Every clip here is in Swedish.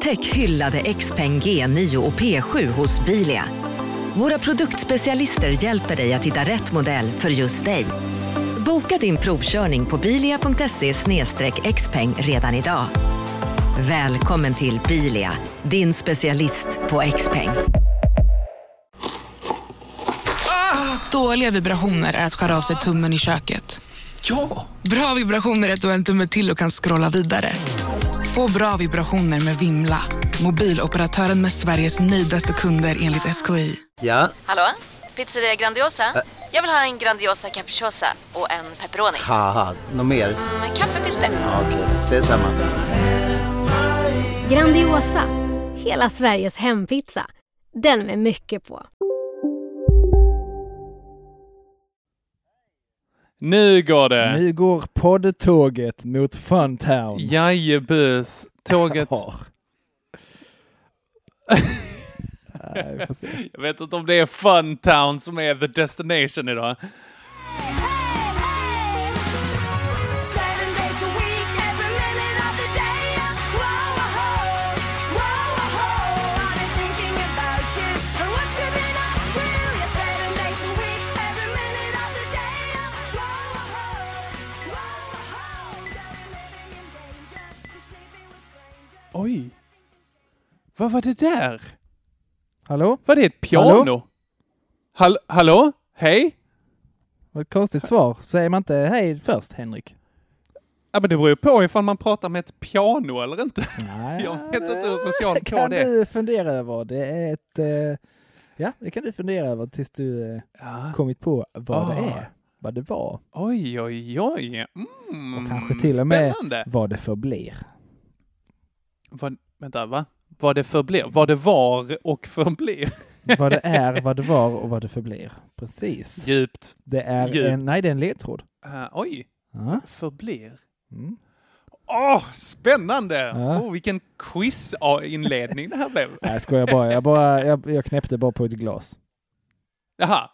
Upptäck hyllade XPeng G9 och P7 hos Bilia. Våra produktspecialister hjälper dig att hitta rätt modell för just dig. Boka din provkörning på bilia.se/xpeng redan idag. Välkommen till Bilia, din specialist på XPeng. Dåliga vibrationer är att skära av sig tummen i köket. Ja! Bra vibrationer är att du har en tumme till och kan scrolla vidare. Få bra vibrationer med Vimla. Mobiloperatören med Sveriges nöjdaste kunder enligt SKI. Ja? Hallå? Pizzeria Grandiosa? Jag vill ha en Grandiosa capriciosa och en pepperoni. Haha, något mer? Kaffefilter. Ja, okej, ses samma. Grandiosa, hela Sveriges hempizza. Den med mycket på. Nu går det. Nu går poddtåget mot Funtown. Jajebus. Tåget. Nej, jag vet inte om det är Funtown som är the destination idag. Oj. Vad var det där? Hallå? Var det ett piano? Hallå? Hej? Vad ett konstigt svar. Säger man inte hej först, Henrik? Ja, men det beror ju på ifall man pratar med ett piano eller inte. Nej. Jag vet inte hur socialt på kan det. du fundera över. Det är ett... ja, det kan du fundera över tills du kommit på vad det är. Vad det var. Oj. Och kanske till och med vad det förblir. Vänta, va? Vad det förblir? Vad det var och förblir? Vad det är, vad det var och vad det förblir. Precis. Djupt. Det är Djupt. Nej, det är en ledtråd. Oj. Förblir. Mm. Spännande! Ja. Vilken quiz-inledning det här blev. Jag skojar bara. Jag knäppte bara på ett glas. Jaha.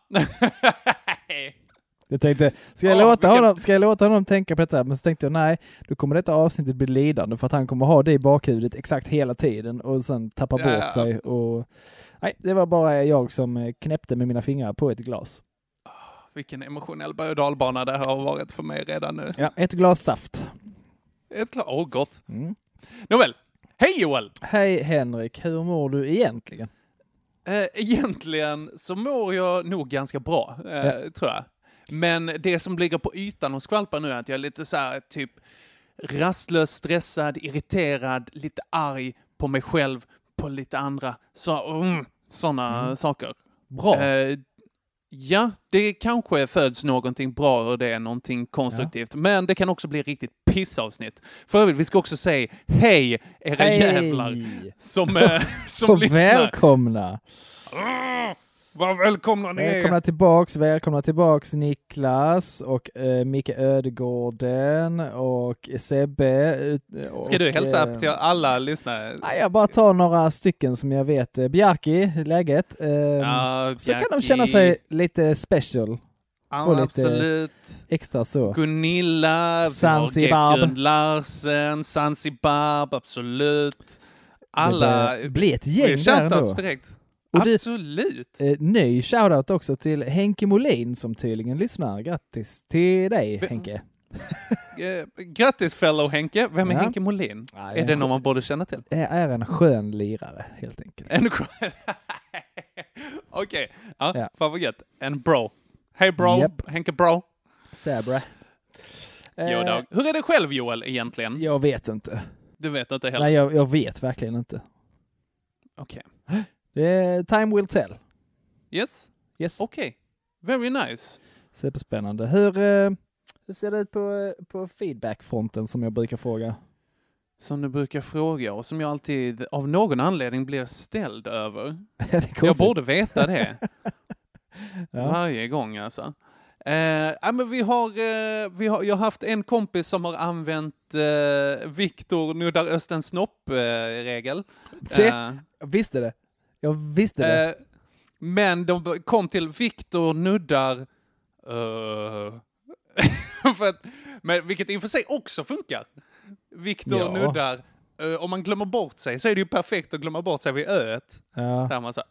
Jag tänkte, ska jag låta honom tänka på detta? Men så tänkte jag, nej, då kommer detta avsnittet bli lidande för att han kommer ha det i bakhuvudet exakt hela tiden och sen tappa bort sig. Och, nej, det var bara jag som knäppte med mina fingrar på ett glas. Vilken emotionell berg- och dalbana det har varit för mig redan nu. Ja, ett glas saft. Ett glas, gott. Mm. Nåväl, hej Joel! Hej Henrik, hur mår du egentligen? Egentligen så mår jag nog ganska bra, tror jag. Men det som ligger på ytan och skvalpar nu är att jag är lite så här typ rastlös, stressad, irriterad, lite arg på mig själv, på lite andra. Sådana saker. Bra. Ja, det kanske föds någonting bra och det är någonting konstruktivt. Men det kan också bli riktigt pissavsnitt. För övrigt, vi ska också säga hej era jävlar som lyssnar. Välkomna. Vad välkomna ni är. Välkomna tillbaks Niklas och Micke Ödegården och Sebbe. Ska du hälsa till alla lyssnare? Nej, jag bara tar några stycken som jag vet. Bjarki, läget. Så kan de känna sig lite special. Absolut. Lite extra så. Gunilla, Zanzibar. Larsen, Zanzibar, absolut. Alla. Det blir ett gäng där ändå. Direkt. Och absolut. Ny shoutout också till Henke Molin som tydligen lyssnar. Grattis till dig, Henke. Grattis fellow Henke. Vem är Henke Molin? Är det någon man borde känna till? Är en skön lirare, helt enkelt. Okej. Fan vad gött. En bro. Hej bro. Yep. Henke bro. Sabra. Hur är det själv Joel egentligen? Jag vet inte. Du vet inte heller? Nej, jag vet verkligen inte. Okej. Time will tell. Yes. Okej. Very nice. Superspännande. Hur ser det ut på feedbackfronten som jag brukar fråga? Som du brukar fråga och som jag alltid av någon anledning blir ställd över. Jag borde veta det. Varje gång alltså. Men jag har haft en kompis som har använt Viktor nuddar Östen snopp-regel. Jag visste det. Men de kom till Viktor nuddar men vilket i och för sig också funkar. Viktor nuddar om man glömmer bort sig så är det ju perfekt att glömma bort sig vid öet. Ja. Där man så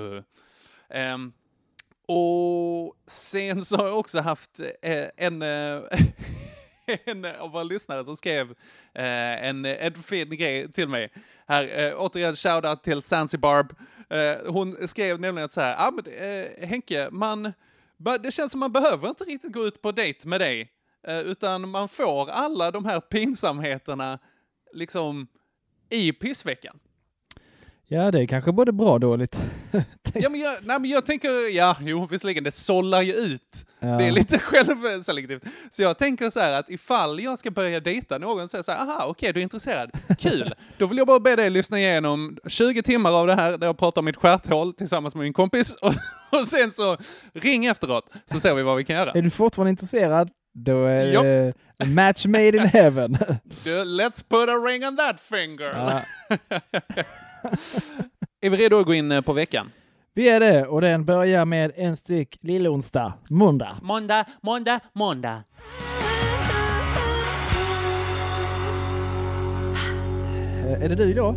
och sen så har jag också haft en av våra lyssnare som skrev en fin grej till mig. Här, återigen shoutout till Zanzibar. Hon skrev nämligen att så här, Henke, det känns som man behöver inte riktigt gå ut på dejt med dig. Utan man får alla de här pinsamheterna liksom i pissveckan. Ja, det är kanske både bra och dåligt. Men jag tänker, visserligen, det sållar ju ut. Ja. Det är lite självselektivt. Så jag tänker så här att ifall jag ska börja dejta någon så är så här, okej, du är intresserad. Kul. Då vill jag bara be dig lyssna igenom 20 timmar av det här där jag pratar om mitt stjärthål tillsammans med min kompis. Och sen så ring efteråt så ser vi vad vi kan göra. Är du fortfarande intresserad? Då är det a match made in heaven. Let's put a ring on that finger. Ja. Är vi redo att gå in på veckan? Vi är det, och den börjar med en styck lillonsdag. Måndag. Är det du idag?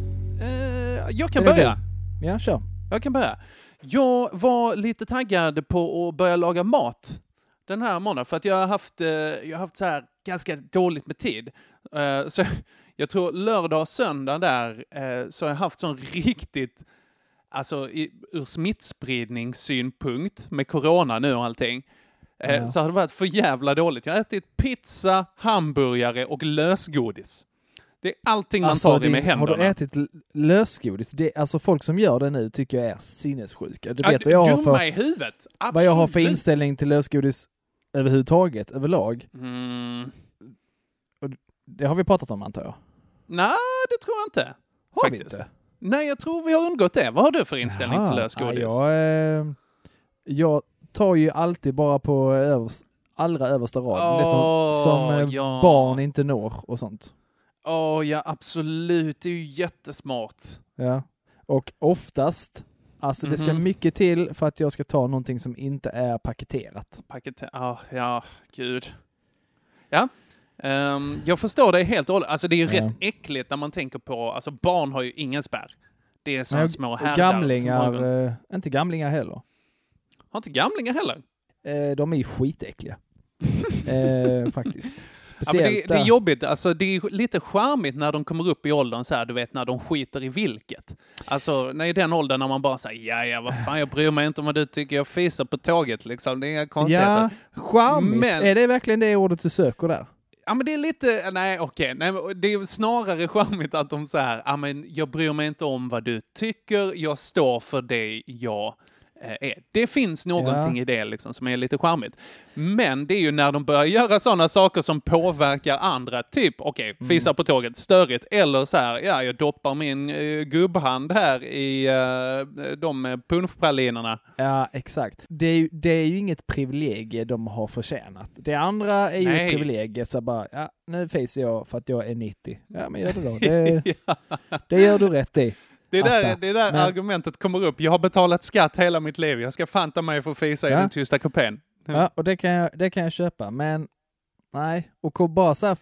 Jag kan börja. Ja, kör. Jag kan börja. Jag var lite taggad på att börja laga mat den här månaden. För att jag har haft så här ganska dåligt med tid. Så jag tror lördag och söndag där så har jag haft sån riktigt, alltså ur smittspridningssynpunkt med corona nu och allting, så har det varit för jävla dåligt. Jag har ätit pizza, hamburgare och lösgodis. Det är allting man tar i med händerna. Har du ätit lösgodis? Alltså folk som gör det nu tycker jag är sinnessjuka. Du vet dumma i huvudet. Absolut. Vad jag har för inställning till lösgodis överhuvudtaget, överlag. Och det har vi pratat om, antar jag. Nej, det tror jag inte. Har faktiskt. Vi inte? Nej, jag tror vi har undgått det. Vad har du för inställning till lösgodis? Jag tar ju alltid bara på allra översta rad. Det som barn inte når och sånt. Ja, absolut. Det är ju jättesmart. Ja, och oftast, alltså det ska mycket till för att jag ska ta någonting som inte är paketerat. Ja, gud. Ja. Jag förstår det helt och hållet. Alltså det är ju rätt äckligt när man tänker på, alltså barn har ju ingen spärr. Det är sådana små härdar. Gamlingar, inte gamlingar heller. Har inte gamlingar heller? De är ju skitäckliga. Faktiskt. Ja, men det är jobbigt. Alltså, det är lite charmigt när de kommer upp i åldern så här, du vet, när de skiter i vilket. Alltså, när i den åldern när man bara säger, vad fan, jag bryr mig inte om vad du tycker, jag fiser på tåget, liksom. Det är inga konstigheter. Ja, charmigt. Men är det verkligen det ordet du söker där? Ja, men det är lite, nej, det är snarare charmigt att de så här, men jag bryr mig inte om vad du tycker, jag står för det jag är. Det finns någonting i det liksom som är lite charmigt. Men det är ju när de börjar göra sådana saker som påverkar andra, typ, fisa på tåget, störigt, eller så här, jag doppar min gubbhand här i de punschpralinerna. Ja, exakt. Det är ju inget privilegie de har förtjänat. Det andra är ju ett privilegie, så bara, nu fiser jag för att jag är 90. Ja, men gör det då. Det gör du rätt i. Det där argumentet kommer upp. Jag har betalat skatt hela mitt liv. Jag ska fanta mig för fisa i den tysta kupén. Ja, och det kan jag köpa. Men nej, och bara så här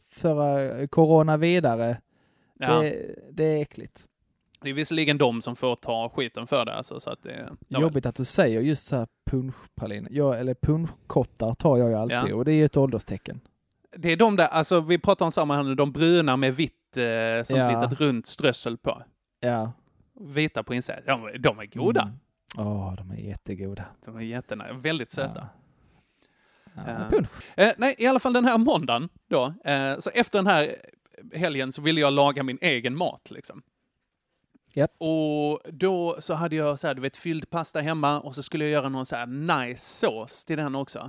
för corona vidare, det är äckligt. Det är visserligen de som får ta skiten för det. Alltså, så att det jobbigt att du säger just så här punschpraliner. Eller punschkottar tar jag ju alltid. Och det är ju ett ålderstecken. Det är de där, alltså vi pratar om samma här nu, de bruna med vitt som ett litet runt strössel på. Ja. Vita på insidan. De är goda. De är jättegoda. De är jättenära. Väldigt söta. Punsch. Nej, i alla fall den här måndagen då. Så efter den här helgen så ville jag laga min egen mat liksom. Yep. Och då så hade jag så här, du vet, fylld pasta hemma och så skulle jag göra någon så här nice sås till den också.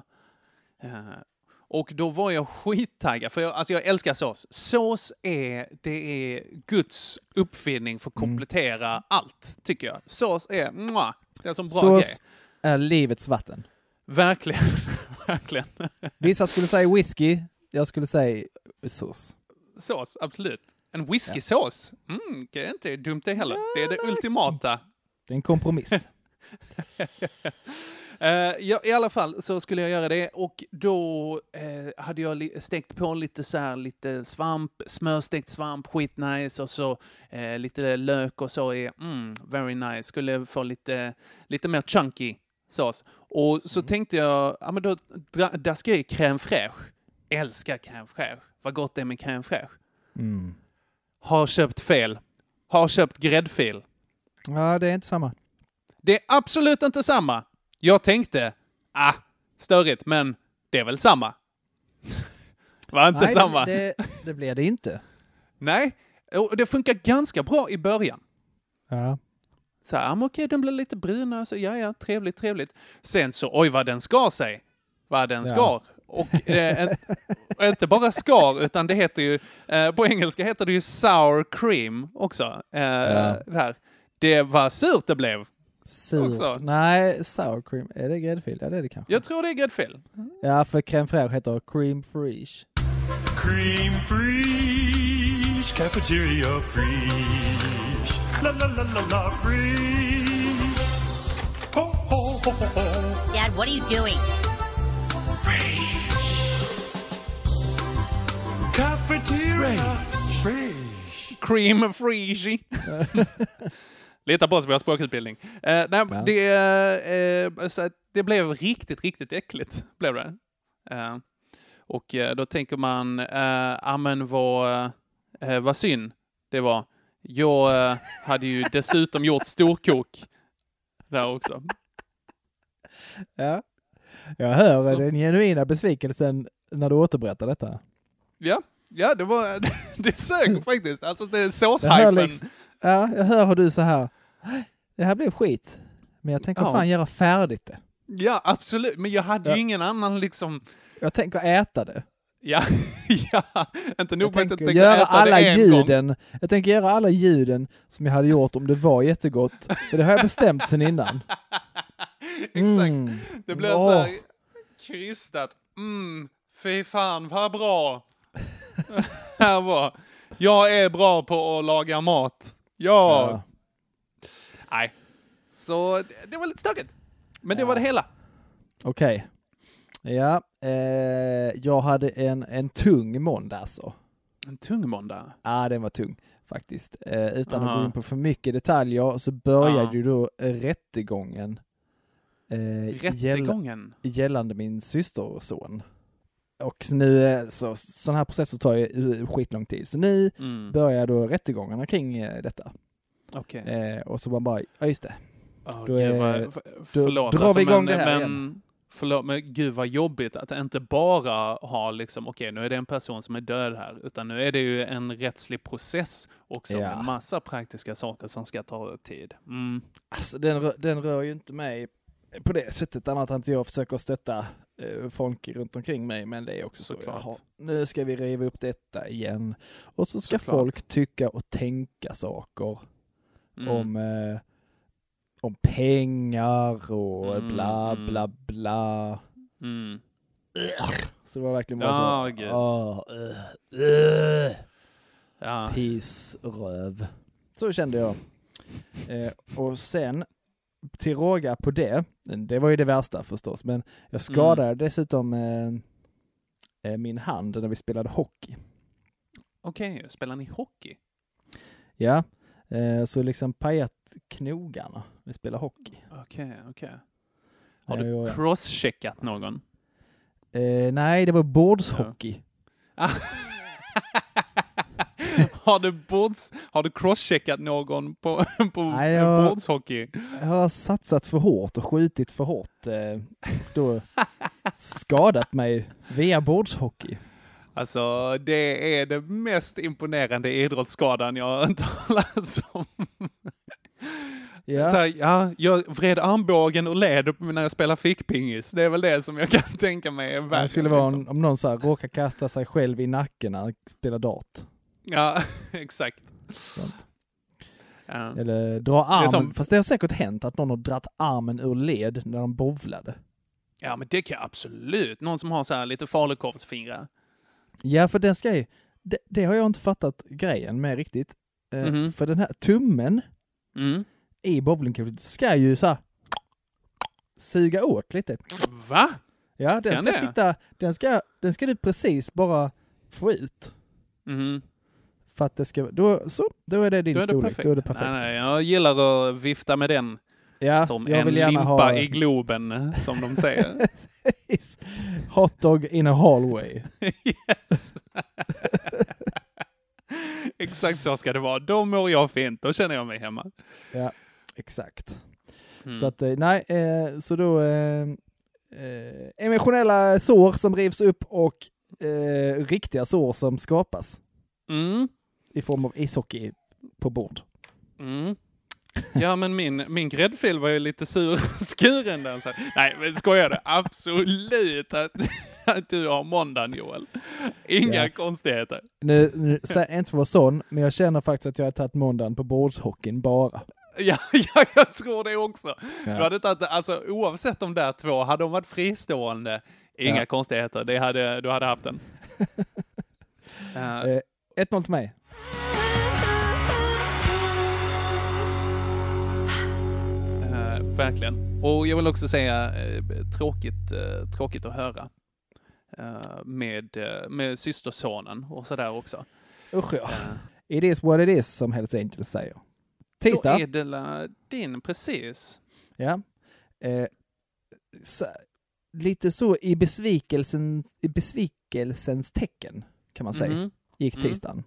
Och då var jag skittaggad, för jag älskar sås. Sås är Guds uppfinning för att komplettera allt, tycker jag. Sås är, det är som bra grej. Sås är livets vatten. Verkligen, verkligen. Vissa skulle säga whisky, jag skulle säga sås. Sås, absolut. En whiskysås, det är inte dumt det heller. Det är det ultimata. Det är en kompromiss. I alla fall så skulle jag göra det och då hade jag stekt på lite svamp, smörstekt svamp, skitnice och så lite lök och så very nice. Skulle få lite mer chunky sås. Och så tänkte jag, ja men då daskar jag i crème fraîche. Älskar crème fraîche. Vad gott det är med crème fraîche. Har köpt fel. Har köpt gräddfil. Ja, det är inte samma. Det är absolut inte samma. Jag tänkte, störigt, men det är väl samma. Var inte samma. Det blev det inte. Nej, och det funkar ganska bra i början. Ja. Så här, okej, den blir lite brunare, så ja, trevligt. Sen så, oj vad den skar sig. Vad den skar. Och inte bara skar, utan det heter ju, på engelska heter det ju sour cream också. Det här. Det var surt det blev. Surt. Också. Nej, sour cream. Är det gräddfil? Ja, det är det kanske. Jag tror det är gräddfil. Ja, för crème fraîche heter cream fraiche. Cream fraiche, cafeteria fraiche. La la la la la fraiche. Ho ho ho ho ho. Dad, what are you doing? Fraiche. Cafeteria fraiche. Cream fraiche. Lita på oss, vi har språkutbildning. Det blev riktigt äckligt. Blev det. Och då tänker man, men vad synd det var. Jag hade ju dessutom gjort storkok där också. Ja, jag hör den genuina besvikelsen när du återberättar detta. Ja, det sög faktiskt. Alltså det är såshypen. Jag hör hur du så här. Det här blev skit. Men jag tänker fan göra färdigt det. Ja, absolut. Men jag hade ju ingen annan liksom. Jag tänker äta det. Ja. Inte nog jag att tänker göra alla ljuden. Jag tänker göra alla ljuden som jag hade gjort om det var jättegott. För det har jag bestämt sen innan. Exakt. Det blir så här krystat. Fy fan, vad bra. Här var. Jag är bra på att laga mat. Ja. Nej. Så det var lite stökigt. Men det var det hela. Okej. Ja. Jag hade en tung måndag alltså. En tung måndag? Ja, den var tung faktiskt. Utan att gå in på för mycket detaljer så började ju då rättegången. Gällande min systerson. Och nu sån här processer tar ju skitlång tid. Så nu börjar då rättegångarna kring detta. Okej. Och så bara, ja just det. Förlåt, drar vi igång det här igen. Förlåt, men gud vad jobbigt att inte bara ha liksom, nu är det en person som är död här, utan nu är det ju en rättslig process också med massa praktiska saker som ska ta tid. Alltså den rör ju inte mig på det sättet, annat än att jag försöker stötta folk runt omkring mig, men det är också så. Nu ska vi riva upp detta igen. Och så ska folk tycka och tänka saker om pengar och bla bla bla. Så det var verkligen bara så. Pissröv. Så kände jag. Och sen till råga på det var ju det värsta förstås, men jag skadade dessutom min hand när vi spelade hockey. Okej, spelar ni hockey? Ja, så liksom pajat knogarna. Vi spelar hockey. Okej. Har du crosscheckat någon? Nej, det var bordshockey. Har du crosscheckat någon på bordshockey? Jag har satsat för hårt och skjutit för hårt. Då skadat mig via bordshockey. Alltså, det är det mest imponerande idrottsskadan jag har talat om. Ja. Så här, jag vred armbågen och led upp när jag spelar fickpingis. Det är väl det som jag kan tänka mig är värre. Det skulle vara om någon så här råkar kasta sig själv i nacken när han spelar dart. Ja, exakt. Eller dra armen. Fast det har säkert hänt att någon har dratt armen ur led när de bowlade. Ja, men det kan absolut. Någon som har så här lite falukorvsfingrar. Ja, för den ska ju... Det har jag inte fattat grejen med riktigt. För den här tummen i bowlingkulan ska ju så här... suga åt lite. Va? Ja, den ska du precis bara få ut. Mm. För att det ska, då är det din storlek. Då är det perfekt. Nej, jag gillar att vifta med den som en limpa i Globen, som de säger. Hot dog in a hallway. Yes. Exakt så ska det vara. Då mår jag fint. Då känner jag mig hemma. Ja, exakt. Så att, så då emotionella sår som rivs upp och riktiga sår som skapas. I form av ishockey på bord. Ja, men min gräddfil var ju lite skuren den. Så. Nej, men skojar det? Absolut att du har måndagen, Joel. Inga konstigheter. Nu säger jag inte för att vara sån, men jag känner faktiskt att jag har tagit måndagen på bordshockeyn bara. Ja, jag tror det också. Ja. Du hade tagit, alltså, oavsett de där två, hade de varit fristående, inga konstigheter. Du hade haft den. 1-0 till mig. Verkligen. Och jag vill också säga tråkigt att höra med systersonen och sådär också. Usch ja. It is what it is, som Hells Angels säger. Tisdag. Då är det din, precis. Ja. Lite så i besvikelsens tecken, kan man säga. Gick tisdagen.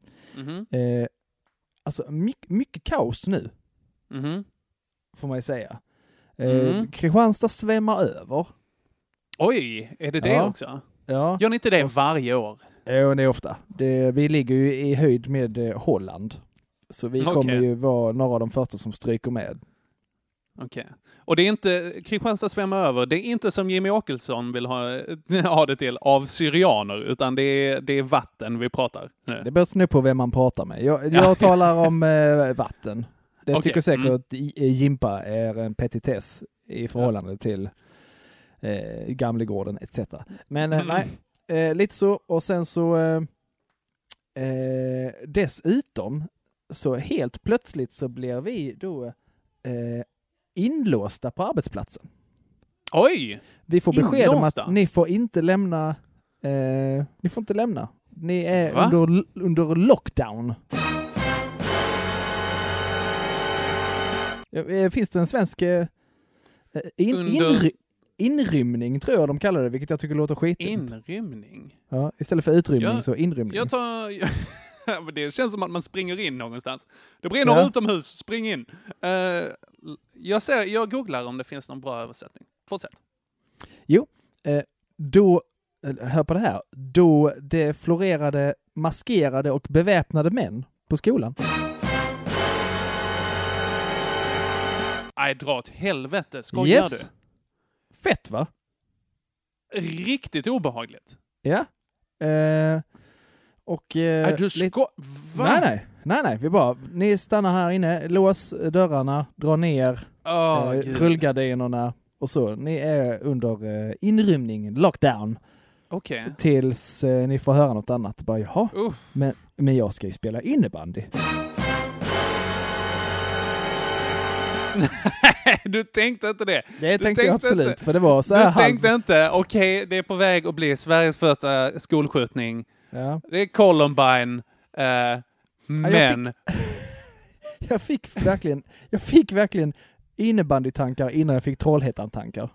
Alltså mycket kaos nu. Får man ju säga. Kristianstad svämmar över. Oj, är det också? Ja. Gör ni inte det varje år? Ja, det är ofta. Vi ligger ju i höjd med Holland. Så vi kommer ju vara några av de första som stryker med. Okej. Och det är inte, Kristianstad svämmar över, det är inte som Jimmy Åkesson vill ha det till, av syrianer, utan det är vatten vi pratar. Det beror nu på vem man pratar med. Jag talar om vatten. Det tycker säkert att Jimpa är en petitess i förhållande till Gamlegården etc. Men nej, lite så. Och sen så dessutom så helt plötsligt så blir vi då inlåsta på arbetsplatsen. Oj! Vi får besked om att ni får inte lämna. Ni får inte lämna. Ni är under lockdown. Finns det en svensk inrymning, tror jag de kallar det, vilket jag tycker låter skitigt. Inrymning? Ja, istället för utrymning så inrymning. Det känns som att man springer in någonstans. Det brinner utomhus, spring in. Jag googlar om det finns någon bra översättning. Fortsätt. Jo, då, hör på det här, då det florerade maskerade och beväpnade män på skolan. Nej, dra åt helvete. Skojar du? Fett, va? Riktigt obehagligt. Ja. Och... du Nej. Vi bara, ni stannar här inne, lås dörrarna, dra ner rullgardinerna och så. Ni är under inrymning, lockdown. Okej. Tills ni får höra något annat. Bara, jaha, men jag ska ju spela innebandy. Nej, du tänkte inte det. Det tänkte jag absolut, inte. För det var så här. Du tänkte inte, okej, det är på väg att bli Sveriges första skolskjutning. Ja. Det är Columbine, men... Jag fick verkligen innebandytankar innan jag fick Trollhättan-tankar.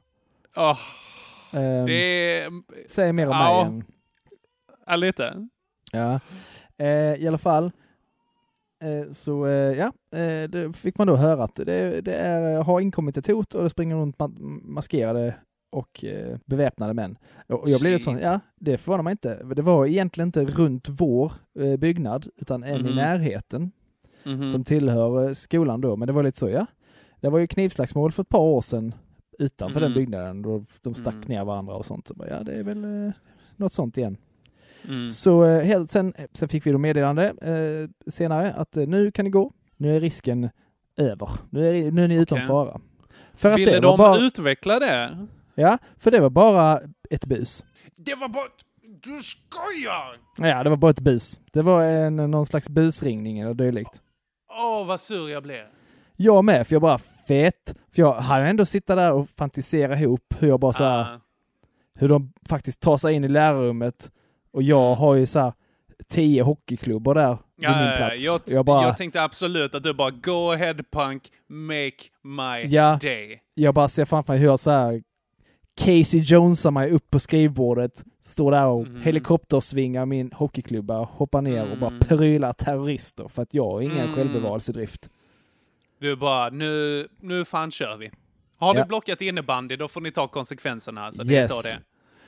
Säg mer om mig än. Ja, lite. Ja. I alla fall. Så det fick man då höra att det har inkommit ett hot och det springer runt maskerade och beväpnade män. Och jag blev lite sån, det förvånar mig inte. Det var egentligen inte runt vår byggnad utan en i närheten som tillhör skolan då. Men det var lite så, det var ju knivslagsmål för ett par år sedan utanför den byggnaden då de stack ner varandra och sånt. Så bara, det är väl något sånt igen. Så sen fick vi då meddelande senare att nu kan ni gå. Nu är risken över. Nu är ni utom fara. För att ville de utveckla det? Ja, för det var bara ett bus. Det var bara... Du skojar! Ja, det var bara ett bus. Det var någon slags busringning eller dylikt. Vad sur jag blev. Jag med, för jag bara, fett. För jag har ändå sitta där och fantisera ihop hur jag bara så här, hur de faktiskt tar sig in i lärarrummet. Och jag har ju så här 10 hockeyklubbor där vid min plats. Jag tänkte absolut att du bara go ahead punk, make my day. Jag bara ser framför mig hur jag så här Casey Jonesar mig upp på skrivbordet, står där och helikoptersvingar min hockeyklubba, hoppar ner och bara prylar terrorister för att jag har ingen självbevarelsedrift. Du bara, nu fan kör vi. Har vi blockat innebandy, då får ni ta konsekvenserna. Så det är så det.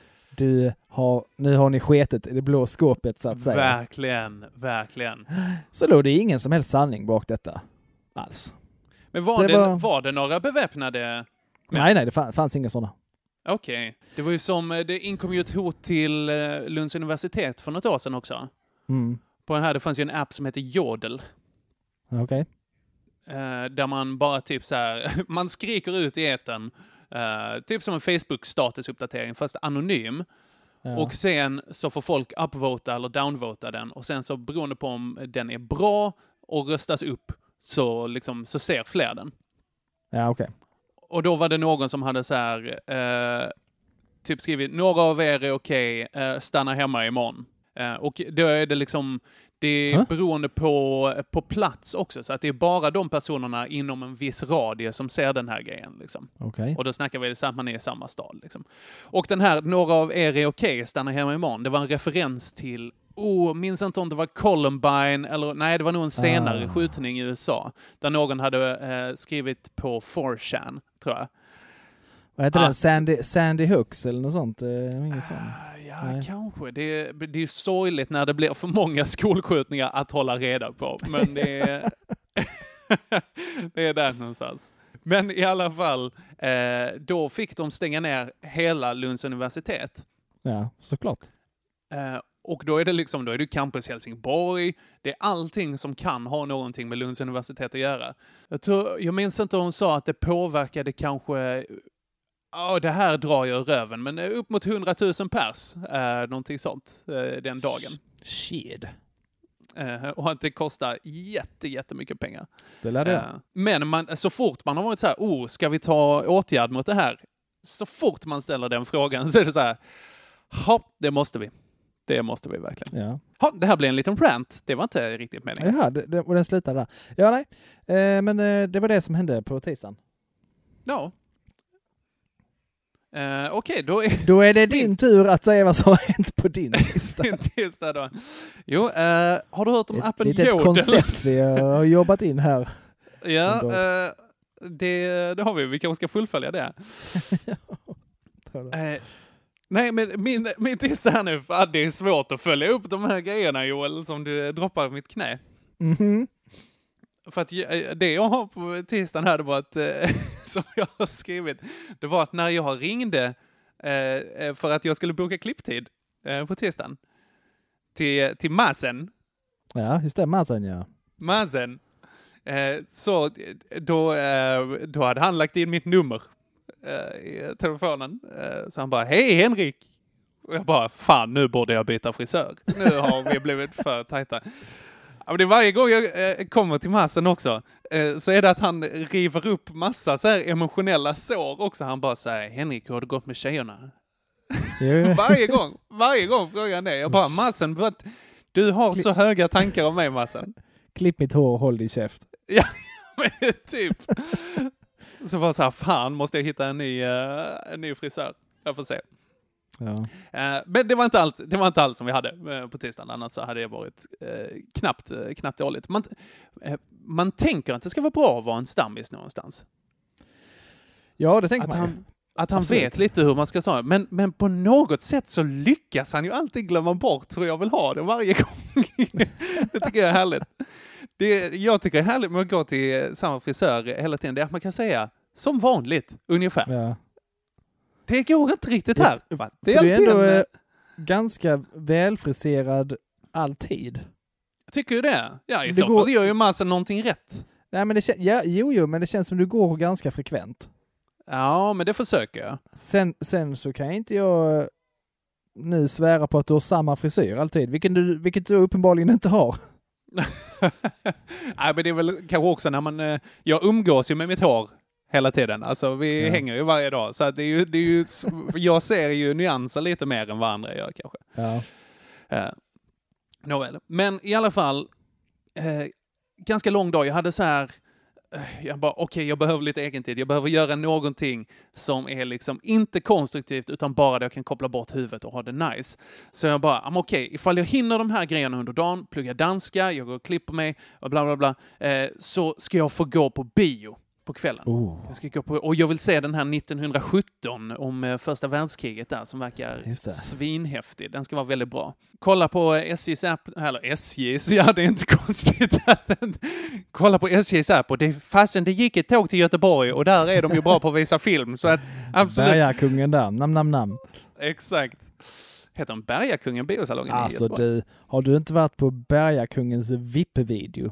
Nu har ni sketet i det blå skåpet så att säga. Verkligen. Så då det är ingen som helst sanning bak detta alls. Men var det några beväpnade? Nej, det fanns inga sådana. Okej. Det var ju som, det inkom ju ett hot till Lunds universitet för något år sedan också. På den här, det fanns ju en app som heter Jodel. Okej. Där man bara typ så här, man skriker ut i etern, typ som en Facebook-statusuppdatering fast anonym. Ja. Och sen så får folk upvota eller downvota den. Och sen så beroende på om den är bra och röstas upp så ser fler den. Ja, okej. Och då var det någon som hade så här typ skrivit, några av er är okej, stanna hemma imorgon. Och då är det liksom, det är beroende på plats också. Så att det är bara de personerna inom en viss radie som ser den här grejen. Liksom. Okay. Och då snackar vi så att man är i samma stad. Liksom. Och den här, några av er är okej, stanna hemma imorgon. Det var en referens till, minns inte om det var Columbine, eller nej, det var nog en senare skjutning i USA. Där någon hade skrivit på 4chan, tror jag. Vad heter den? Sandy Hooks eller något sånt? Ingen sån. Ja, kanske. Det är ju sorgligt när det blir för många skolskjutningar att hålla reda på. Men det är, det är där någonstans. Men i alla fall, då fick de stänga ner hela Lunds universitet. Ja, såklart. Och då är det då är det Campus Helsingborg. Det är allting som kan ha någonting med Lunds universitet att göra. Jag minns inte om hon sa att det påverkade kanske... det här drar jag röven, men upp mot 100 000 pers, någonting sånt, den dagen. Shit. Och att det kostar jättemycket pengar. Det lär det. Men så fort man har varit så här, ska vi ta åtgärd mot det här? Så fort man ställer den frågan så är det så här, det måste vi. Det måste vi verkligen. Ja. Det här blir en liten rant. Det var inte riktigt meningen. Jaha, och den slutade där. Ja, nej. Men det var det som hände på tisdagen. Ja. Okej, då är det din tur att säga vad som har hänt på din lista. Din tisdag då. Jo, har du hört om appen Jodel? Det är ett koncept vi har jobbat in här. Ja, det har vi. Vi kanske ska fullfölja det. Nej, men min tisdag här nu, för det är svårt att följa upp de här grejerna, Joel, som du droppar mitt knä. Mhm. För att det jag har på tisdagen här, det var att, som jag har skrivit, det var att när jag ringde för att jag skulle boka klipptid på tisdagen till Masen. Ja, just det, Masen, ja. Masen. Så då hade han lagt in mitt nummer i telefonen. Så han bara, hej Henrik! Och jag bara, fan, nu borde jag byta frisör. Nu har vi blivit för tajta. Ja, det är varje gång jag kommer till Massen också så är det att han river upp massa så här emotionella sår också. Han bara säger, Henrik, hur har det gått med tjejerna? varje gång frågar han det. Jag bara, Massen, du har så höga tankar om mig, Massen. Klipp mitt hår och håll din käft. Ja, men typ. Så var så här, fan, måste jag hitta en ny frisör? Jag får se. Ja. Men det var inte allt som vi hade på tisdagen, annars så hade det varit knappt dåligt. Man tänker att det ska vara bra att vara en stammis någonstans. Ja, det tänker man. Att han vet lite hur man ska säga. Men på något sätt så lyckas han ju alltid glömma bort hur jag vill ha det varje gång. Det tycker jag är härligt. Jag tycker det är härligt med att gå till samma frisör hela tiden. Det är att man kan säga som vanligt, ungefär. Ja. Det går inte riktigt här. Det är ändå ganska välfriserad alltid. Tycker du det? Ja, i så fall gör ju Massen någonting rätt. Nej, men men det känns som du går ganska frekvent. Ja, men det försöker jag. Sen så kan inte jag nu svära på att du har samma frisyr alltid. Vilket du uppenbarligen inte har. Nej, men det är väl kanske också när jag umgås ju med mitt hår hela tiden. Alltså vi hänger ju varje dag. Så att det är ju, jag ser ju nyanser lite mer än vad andra gör kanske. Ja. Nåväl. Men i alla fall, ganska lång dag. Jag hade så här, jag bara jag behöver lite egen tid. Jag behöver göra någonting som är liksom inte konstruktivt utan bara där jag kan koppla bort huvudet och ha det nice. Så jag bara, ifall jag hinner de här grejerna under dagen, pluggar danska, jag går och klipper mig och bla bla bla, så ska jag få gå på bio på kvällen. Jag ska gå på, och jag vill se den här 1917 om första världskriget där som verkar svinhäftig. Den ska vara väldigt bra. Kolla på SJs app, eller SJs, ja det är inte konstigt att kolla på SJs app och det gick ett tåg till Göteborg och där är de ju bra på att visa film så att absolut. Bergakungen där, namn. Exakt. Heter den Bergakungen biosalongen i Göteborg? Har du inte varit på Bergakungens VIP-bio?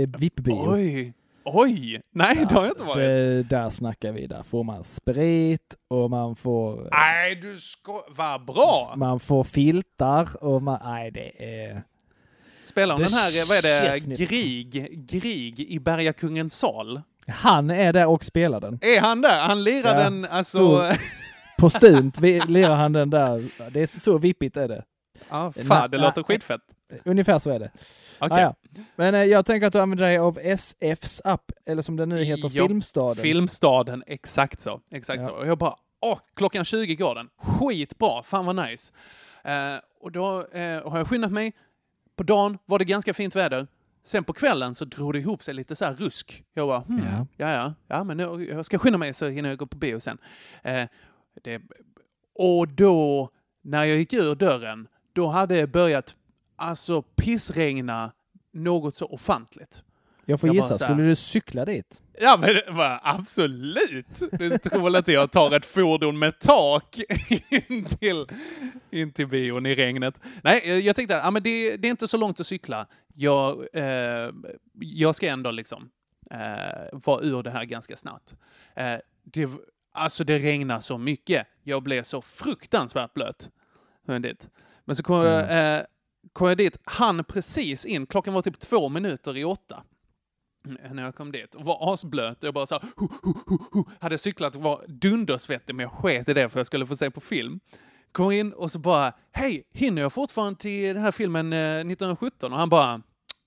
Oj, nej det har jag inte varit. Där snackar vi, där får man sprit och man får... Nej, du ska... Vad bra! Man får filtar och man... Nej, det är... Spelar om den här, vad är det? Grig i Bergakungens sal. Han är där och spelar den. Är han där? Han lirar den, alltså... Postumt lirar han den där. Det är så vippigt är det. Ja, fan, det låter skitfett. Ungefär så är det. Okay. Ja. Men jag tänker att du använder dig av SFs app, eller som den nu heter, Filmstaden. Filmstaden, exakt så. Så. Och jag bara, klockan 20 går den. Skitbra, fan vad nice. Och då har jag skyndat mig. På dagen var det ganska fint väder. Sen på kvällen så drog det ihop sig lite så här rusk. Jag bara, ja, men nu, jag ska skynda mig så hinner jag gå på bio sen. Och då, när jag gick ur dörren, då hade det börjat pissregna något så ofantligt. Jag får gissa, skulle du cykla dit? Ja, men absolut. Du tror väl inte jag tar ett fordon med tak in till bion i regnet. Nej, jag tänkte men det är inte så långt att cykla. Jag ska ändå liksom vara ur det här ganska snabbt. Det regnar så mycket. Jag blev så fruktansvärt blöt. Men så kom jag dit. Han precis in. Klockan var typ 2 minuter i 8. När jag kom dit. Och var asblöt. Jag bara så här, hade cyklat och var dundersvettig, men jag sket i det för jag skulle få se på film. Kom in och så bara, hej, hinner jag fortfarande till den här filmen 1917? Och han bara,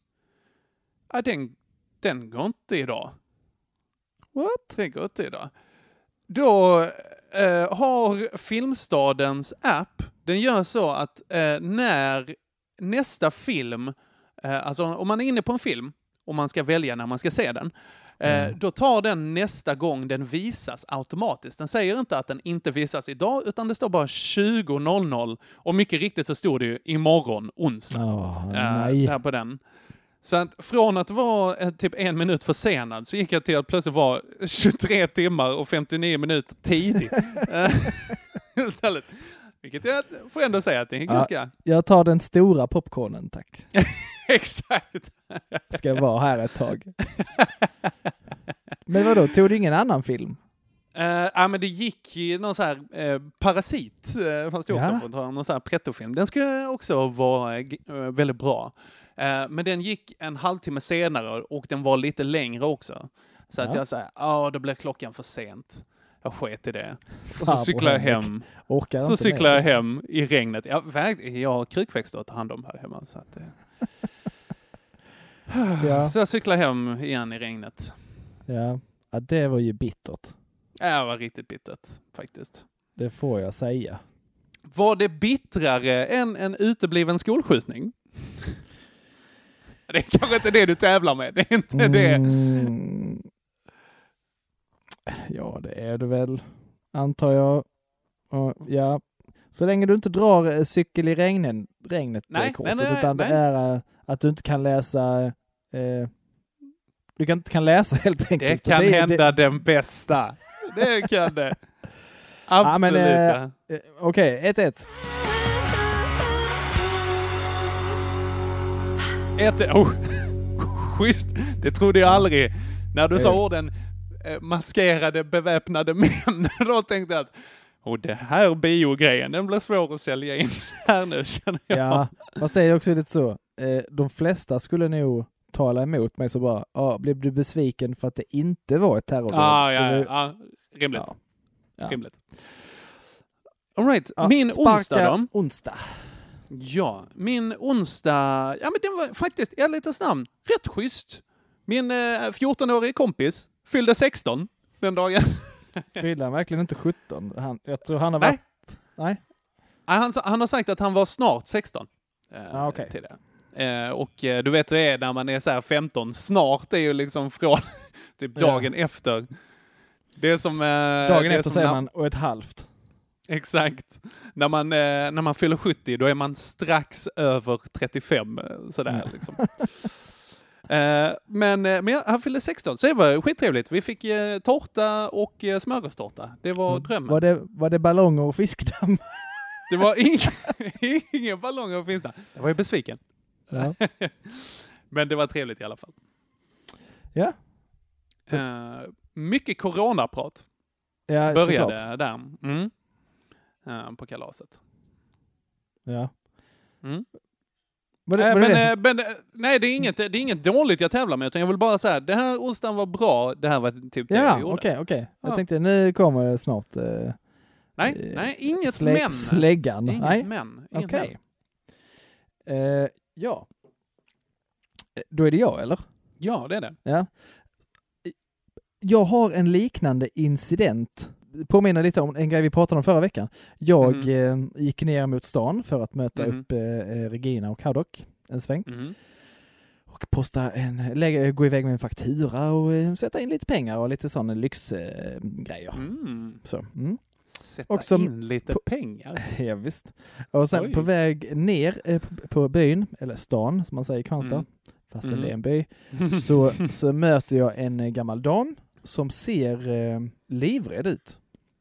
den går inte idag. What? Den går inte idag. Då har Filmstadens app, den gör så att när nästa film, alltså om man är inne på en film och man ska välja när man ska se den, då tar den nästa gång den visas automatiskt. Den säger inte att den inte visas idag, utan det står bara 20:00 och mycket riktigt så står det ju imorgon, onsdag. Där på den. Så att från att vara typ 1 minut försenad så gick jag till att plötsligt vara 23 timmar och 59 minuter tidig. Istället. Vilket jag får ändå säga att det är ganska... Jag tar den stora popcornen, tack. Exakt. Ska vara här ett tag. Men vadå, tog du ingen annan film? Men det gick i någon så här Parasit, fast det också för någon så här pretto-film. Den skulle också vara väldigt bra. Men den gick en halvtimme senare och den var lite längre också. Så att jag sa, då blev klockan för sent. Jag sket i det. Och så cyklade jag hem. Så cyklade jag hem i regnet. Jag har krukväxter att ta hand om här hemma. Så, att, så jag cyklade hem igen i regnet. Ja, det var ju bittert. Ja, det var riktigt bittert faktiskt. Det får jag säga. Var det bittrare än en utebliven skolskjutning? Det är kanske inte det du tävlar med. Det är inte det. Ja, det är det väl. Antar jag. Ja. Så länge du inte drar cykel i regnet utan det är att du inte kan läsa du inte kan läsa helt enkelt. Det kan hända den bästa. Det kan det. Absolut. Okej, 1-1. Schysst. Det trodde jag aldrig. När du sa orden maskerade beväpnade män, då tänkte jag att det här biogrejen, den blir svår att sälja in här nu, känner jag. Ja, fast det är också lite så. De flesta skulle nog tala emot mig så bara, blev du besviken för att det inte var ett terrordåd? Ja. Rimligt. Ja. Rimligt. All right. Min onsdag då? Onsdag. Ja, min onsdag, men den var faktiskt, i ärlighetens namn, rätt schysst. Min 14-årige kompis fyllde 16 den dagen. Fyllde han verkligen inte 17? Jag tror han har varit... Nej. Han har sagt att han var snart 16. Okay. Till det. Och du vet det är när man är så här 15, snart är ju liksom från typ dagen efter. Det är som... dagen efter säger man och ett halvt. Exakt. När man fyller 70 då är man strax över 35 sådär liksom. Men han fyllde 16 så det var skittrevligt. Vi fick tårta och smörgåstårta. Det var drömmen. Var det ballonger och fiskdamm? Det var ingen ballonger och fiskdamm. Jag var ju besviken. Ja. Men det var trevligt i alla fall. Ja. Mycket coronaprat. Ja, började såklart. där. På kalaset. Ja. Nej, det är inget dåligt jag tävlar med, utan jag vill bara säga det här onsdagen var bra, det här var typ det jag gjorde. Okej. Jag tänkte nu kommer det snart. Nej, inget men. Släggan. Inget men. Okej. Ja. Då är det jag, eller? Ja, det är det. Ja. Jag har en liknande incident. Påminner lite om en grej vi pratade om förra veckan. Jag gick ner mot stan för att möta upp Regina och Haddock en sväng. Och gå iväg med en faktura och sätta in lite pengar och lite sådana lyxgrejer. Sätta in lite pengar? Ja, visst. Och sen på väg ner på byn, eller stan som man säger i Kristianstad, fast det är en by, så möter jag en gammal dam som ser livrädd ut.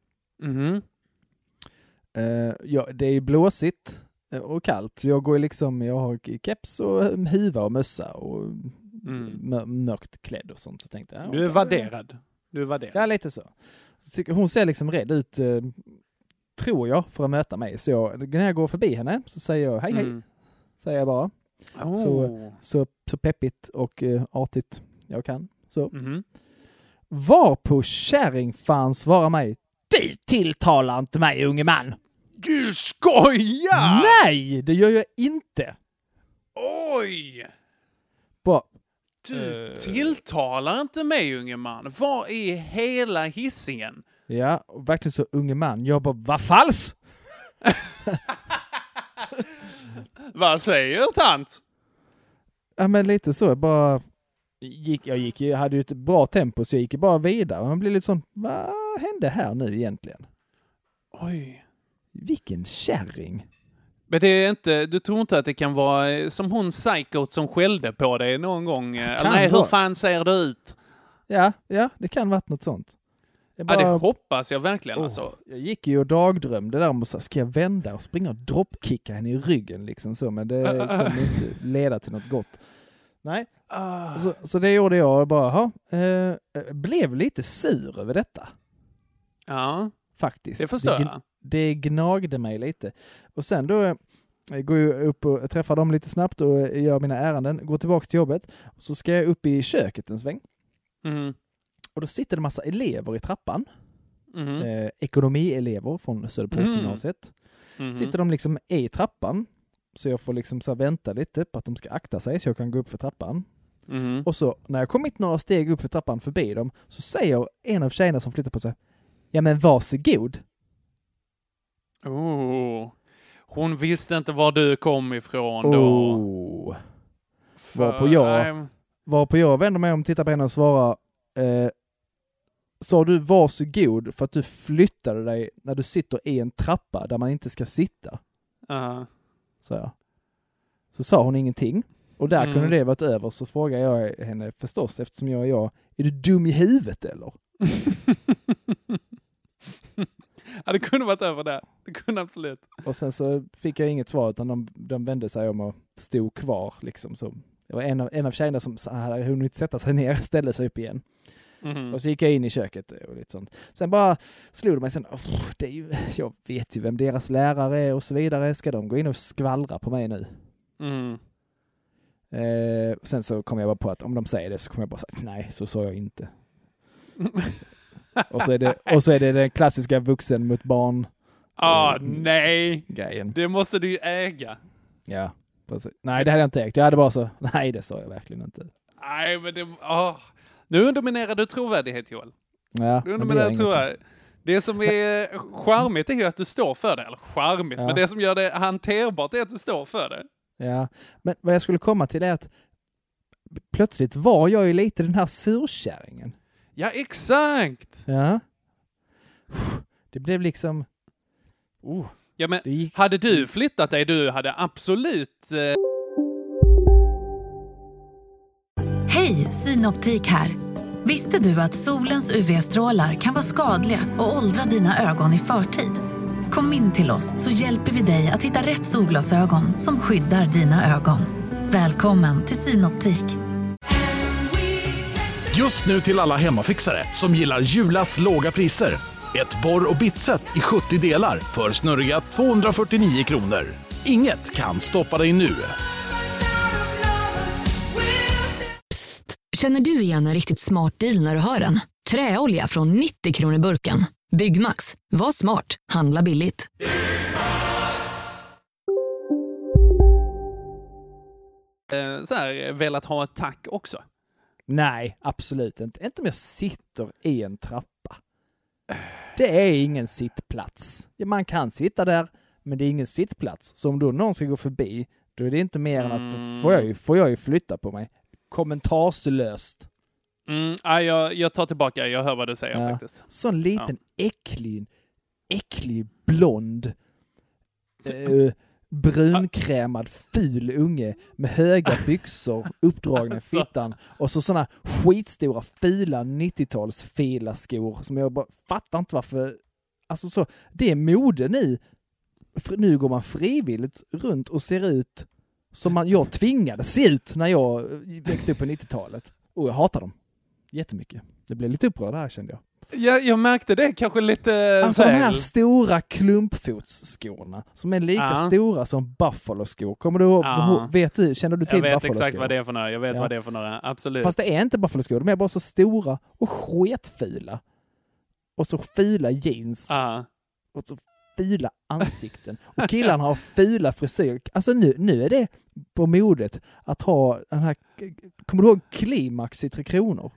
Det är blåsigt och kallt. Jag har keps och huva och mössa och mörkt klädd och sånt. Så tänkte jag, Du är värderad. Ja, lite så. Hon ser liksom rädd ut, tror jag, för att möta mig. Så när jag går förbi henne så säger jag hej. Säger jag bara. Så peppigt och artigt jag kan. Så. Var på kärringfan svarar mig, du tilltalar inte mig, unge man. Du skojar! Nej, det gör jag inte. Oj! Du tilltalar inte mig, unge man. Vad är hela hissingen? Ja, verkligen så, unge man. Jag bara, vad falskt? Vad säger tant? Ja, men lite så. Jag hade ju ett bra tempo så jag gick bara vidare. Man blir lite sån, vad hände här nu egentligen? Oj. Vilken kärring. Men det är inte, du tror inte att det kan vara som hon psykot som skällde på dig någon gång? Nej, hur fan ser det ut? Ja, det kan vara något sånt. Det hoppas jag verkligen. Alltså. Jag gick ju och dagdrömde där om att ska jag vända och springa och droppkicka henne i ryggen liksom så, men det kommer inte leda till något gott. Nej. Så det gjorde jag bara, blev lite sur över detta. Ja. Faktiskt. Det förstår jag. Det gnagde mig lite. Och sen då går jag upp och träffar dem lite snabbt och gör mina ärenden, går tillbaka till jobbet. Och så ska jag upp i köket en sväng. Och då sitter det massa elever i trappan. Ekonomielever från Söderportgymnasiet. Sitter de liksom i trappan. Så jag får liksom så vänta lite på att de ska akta sig så jag kan gå upp för trappan. Och så när jag kommit några steg upp för trappan förbi dem så säger en av tjejerna som flyttar på sig, ja men varsågod. Hon visste inte var du kom ifrån då. Varpå jag vänder mig om och tittar på henne och svarar, sa du varsågod för att du flyttade dig när du sitter i en trappa där man inte ska sitta? Så sa hon ingenting. Och där kunde det varit över, så frågade jag henne förstås, eftersom jag är du dum i huvudet eller? Ja, det kunde varit över där. Det kunde absolut. Och sen så fick jag inget svar, utan de vände sig om och stod kvar liksom. Så det var en av tjejerna som hade hunnit sätta sig ner, ställde sig upp igen. Och så gick jag in i köket och lite sånt. Sen bara slog det mig sen, jag vet ju vem deras lärare är och så vidare. Ska de gå in och skvallra på mig nu? Sen så kom jag bara på att om de säger det så kommer jag bara säga nej, så sa jag inte. och så är det den klassiska vuxen mot barn. Nej. Grejen. Det måste du ju äga. Ja, precis. Nej, det hade jag inte ägt. Jag hade bara så, nej, det sa jag verkligen inte. Nej, men det... Nu underminerar du trovärdighet, Joel. Ja, du underminerar trovärdighet. Det som är charmigt är ju att du står för det. Eller charmigt, men det som gör det hanterbart är att du står för det. Ja, men vad jag skulle komma till är att plötsligt var jag ju lite den här surkärringen. Ja, exakt! Ja. Det blev liksom... Ja, men hade du flyttat dig, du hade absolut... Hej, Synoptik här. Visste du att solens UV-strålar kan vara skadliga och åldra dina ögon i förtid? Kom in till oss så hjälper vi dig att hitta rätt solglasögon som skyddar dina ögon. Välkommen till Synoptik. Just nu till alla hemmafixare som gillar Julas låga priser. Ett borr- och bitset i 70 delar för snurriga 249 kronor. Inget kan stoppa dig nu. Psst, känner du igen en riktigt smart deal när du hör den? Träolja från 90 kronor burken. Byggmax, var smart, handla billigt. Så här, velat ha ett tack också? Nej, absolut inte. Inte om jag sitter i en trappa. Det är ingen sittplats. Man kan sitta där, men det är ingen sittplats. Så om då någon ska gå förbi, då är det inte mer än att får jag ju flytta på mig. Kommentarslöst. Jag tar tillbaka, jag hör vad du säger faktiskt. Sån liten äcklig blond brunkrämad ful unge med höga byxor uppdragna i fittan och så såna skitstora fula 90-tals fila skor som jag bara fattar inte varför. Alltså så, det är mode nu. Nu går man frivilligt runt och ser ut som jag tvingade se ut när jag växte upp på 90-talet. Och jag hatar dem jättemycket. Det blev lite upprörd här, kände jag. Ja, jag märkte det kanske lite... Alltså de här stora klumpfotsskorna som är lika stora som Buffalo-skor. Kommer du ihåg? Känner du till Buffalo-skor? Jag vet exakt vad det är för några. Jag vet vad det är för några. Absolut. Fast det är inte Buffalo-skor. De är bara så stora och sketfula. Och så fula jeans. Och så fula ansikten. Och killarna har fula frisyr. Alltså nu är det på modet att ha den här... Kommer du ihåg Klimax i 3 kronor?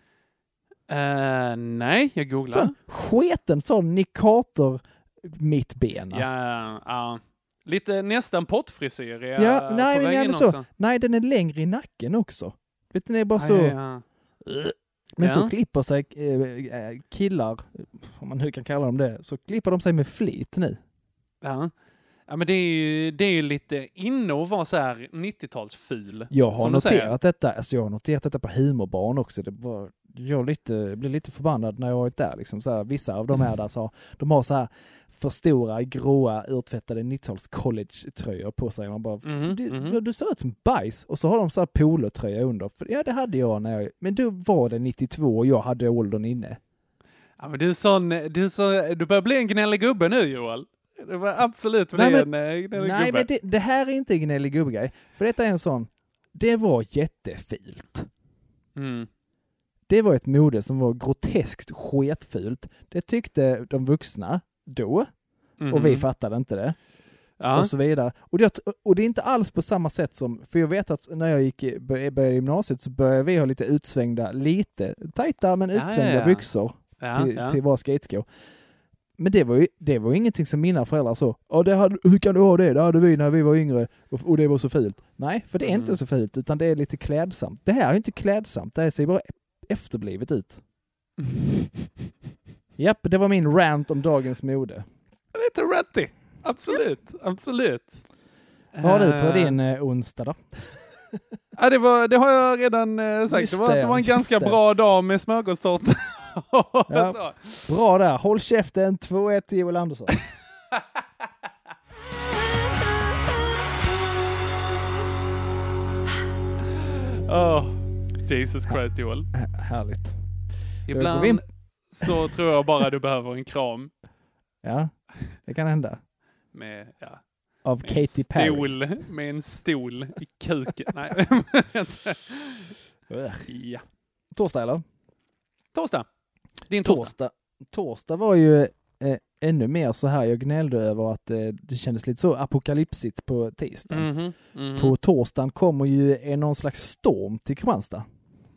Nej, jag googlar. Så, sketen sån Nick Carter mittbena. Ja. Lite nästan pottfrisyr. Nej, den är så. Nej, den är längre i nacken också. Vet du, den är bara så... Men så klipper sig killar, om man nu kan kalla dem det, så klipper de sig med flit nu. Ja, men det är ju lite inne att vara så här 90-talsful. Jag har noterat detta. Alltså jag har noterat detta på Humorbarn också. Jag blev lite förbannad när jag varit där. Liksom så här, vissa av de här där så de har så här för stora, gråa, urtvättade 90-tals college-tröjor på sig. Man bara, du ser ut som bajs. Och så har de så här polotröja under. För, ja, det hade jag men då var det 92 och jag hade åldern inne. Ja, men du börjar bli en gnällig gubbe nu, Joel. Det var absolut en gnällig gubbe. Nej, men det här är inte en gnällig gubbe-grej. För detta är en sån, det var jättefilt. Det var ett mode som var groteskt sketfult. Det tyckte de vuxna då. Och vi fattade inte det. Och så vidare. Och det är inte alls på samma sätt som... För jag vet att när jag började gymnasiet så började vi ha lite utsvängda, lite tajta men utsvängda byxor till våra skateskor. Men det var ingenting som mina föräldrar så. Hur kan du ha det? Det hade vi när vi var yngre och det var så fult. Nej, för det är inte så fult utan det är lite klädsamt. Det här är inte klädsamt. Det här ser bara efterblivet ut. Japp, det var min rant om dagens mode. Lite ratty. Absolut. Vad har du på din onsdag då? Ja, det har jag redan sagt. Det var en ganska bra dag med smörgåstårta. Bra där. Håll käften. 2-1 till Joel Andersson. Jesus Christ, Joel. Härligt. Ibland så tror jag bara du behöver en kram. Ja, det kan hända. av Katy Perry. Med en stol i kuken. Nej. Ja. Torsdag eller? Torsdag. Din torsdag. Torsdag var ju ännu mer så här. Jag gnällde över att det kändes lite så apokalypsigt på tisdagen. På torsdagen kommer ju någon slags storm till Kristianstad.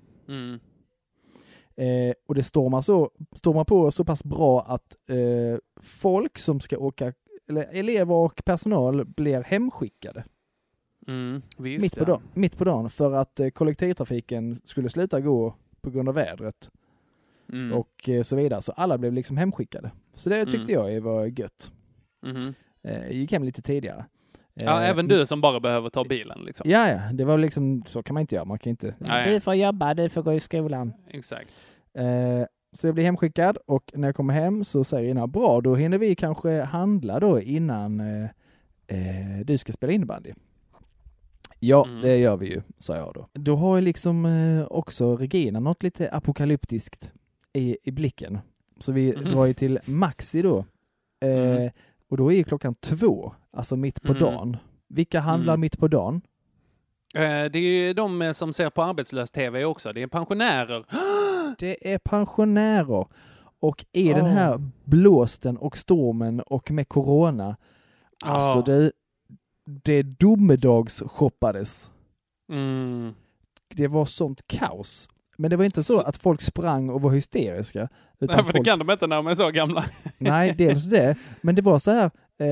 Och det stormar på så pass bra att folk som ska åka, eller elever och personal blir hemskickade. Mitt på dagen för att kollektivtrafiken skulle sluta gå på grund av vädret. Och så vidare. Så alla blev liksom hemskickade. Så det tyckte jag var gött. Gick hem lite tidigare. Ja, även du som bara behöver ta bilen liksom. Ja, det var liksom, så kan man inte göra. Man kan inte, du får jobba, du får gå i skolan. Exakt. Så jag blir hemskickad och när jag kommer hem så säger Ina, bra, då hinner vi kanske handla då innan du ska spela innebandy. Ja, det gör vi ju, sa jag då. Då har ju liksom också Regina något lite apokalyptiskt i blicken. Så vi drar ju till Maxi då. Och då är ju klockan 2, alltså mitt på dagen. Vilka handlar mitt på dagen? Det är de som ser på arbetslös TV också. Det är pensionärer. Det är pensionärer. Och i den här blåsten och stormen och med corona. Alltså det domedags-shoppades. Det var sånt kaos. Men det var inte så att folk sprang och var hysteriska. Utan Nej, för det kan de inte när de är så gamla. Nej, dels det. Men det var så här,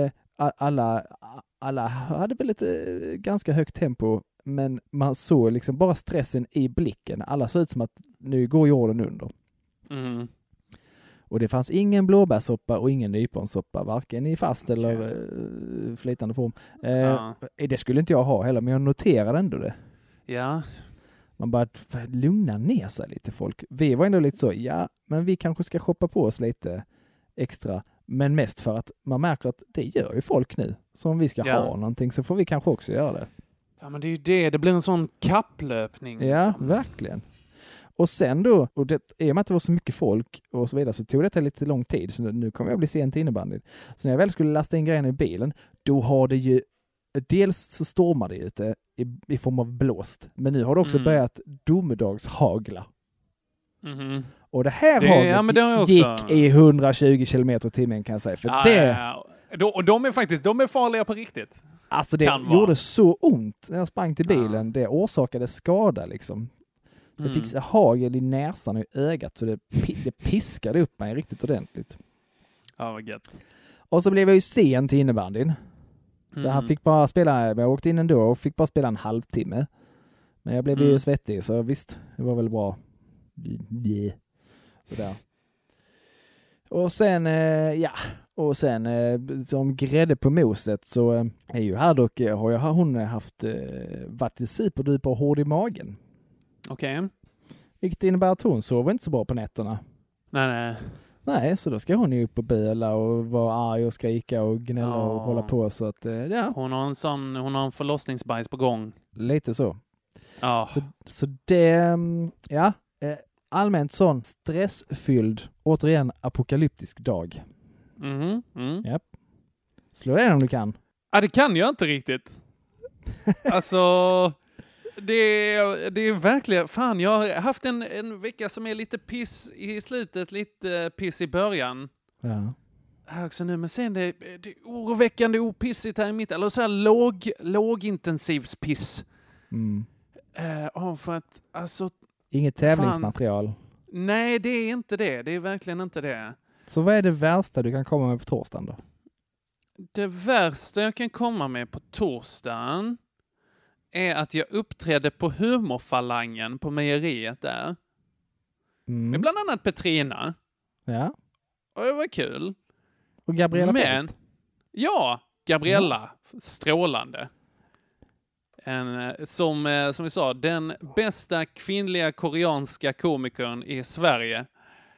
alla hade väl ett ganska högt tempo, men man såg liksom bara stressen i blicken. Alla såg ut som att nu går jorden under. Och det fanns ingen blåbärssoppa och ingen nyponsoppa, varken i fast eller flytande form. Det skulle inte jag ha heller, men jag noterade ändå det. Ja. Man bara lugna ner sig lite folk. Vi var ändå lite så, men vi kanske ska shoppa på oss lite extra. Men mest för att man märker att det gör ju folk nu. Så om vi ska ha någonting så får vi kanske också göra det. Ja, men det är ju det. Det blir en sån kapplöpning. Ja, liksom. Verkligen. Och sen då, och i och med att det var så mycket folk och så vidare, så tog det lite lång tid. Så nu kommer jag bli sen till innebandy. Så när jag väl skulle lasta in grejerna i bilen, då har det ju, dels så stormar det ute i form av blåst. Men nu har det också börjat domedagshagla. Och det här haglet gick i 120 km/h kan jag säga. För Och de är farliga på riktigt. Alltså det gjorde så ont när jag sprang till bilen. Det orsakade skada liksom. Jag fick hagel i näsan och i ögat så det piskade upp mig riktigt ordentligt. Ja, vad gött. Och så blev jag ju sen till innebandyn. Så han fick bara spela, jag åkte in ändå och fick bara spela en halvtimme. Men jag blev ju svettig så visst, det var väl bra. Sådär. Och sen som grädde på moset så är ju här dock, har hon haft varit i superduper hård i magen. Okej. Vilket innebär att hon sover inte så bra på nätterna. Nej, så då ska hon ju upp och böla och vara arg och skrika och gnälla och hålla på så att Hon har en förlossningsbajs på gång. Lite så. Ja. Så det allmänt sån stressfylld, återigen apokalyptisk dag. Japp. Slå den om du kan. Ja, det kan jag inte riktigt. Alltså, det är verkligen, fan, jag har haft en vecka som är lite piss i slutet, lite piss i början. Ja. Här också nu, men sen det är oroväckande opissigt här i mitt, eller så här lågintensivspiss. För att, alltså... Inget tävlingsmaterial. Nej, det är inte det. Det är verkligen inte det. Så vad är det värsta du kan komma med på torsdagen då? Det värsta jag kan komma med på torsdagen är att jag uppträdde på humorfalangen på mejeriet där. Med bland annat Petrina. Ja. Och det var kul. Och Gabriella Fält. Ja, Gabriella. Strålande. Som vi sa, den bästa kvinnliga koreanska komikern i Sverige.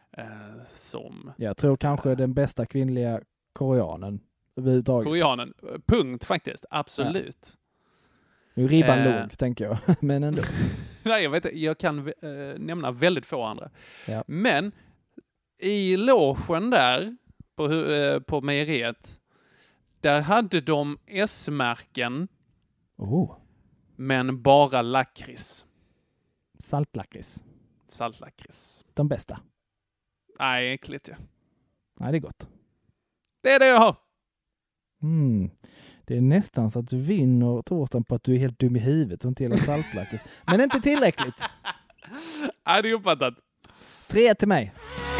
Jag tror kanske den bästa kvinnliga koreanen överhuvudtaget. Koreanen, punkt faktiskt, absolut. Ja. Nu ribban låg, tänker jag, men ändå. Nej, jag vet inte, jag kan nämna väldigt få andra. Ja. Men i logen där på mejeriet, Där hade de S-märken. Oh. Men bara lakrits. Saltlakrits. Saltlakrits. De bästa. Nej, äckligt ju. Nej, det är gott. Det är det jag har. Det är nästan så att du vinner torsdagen på att du är helt dum i huvudet och inte gillar saltlakrits. Men inte tillräckligt. Nej, det är uppfattat. 3 till mig.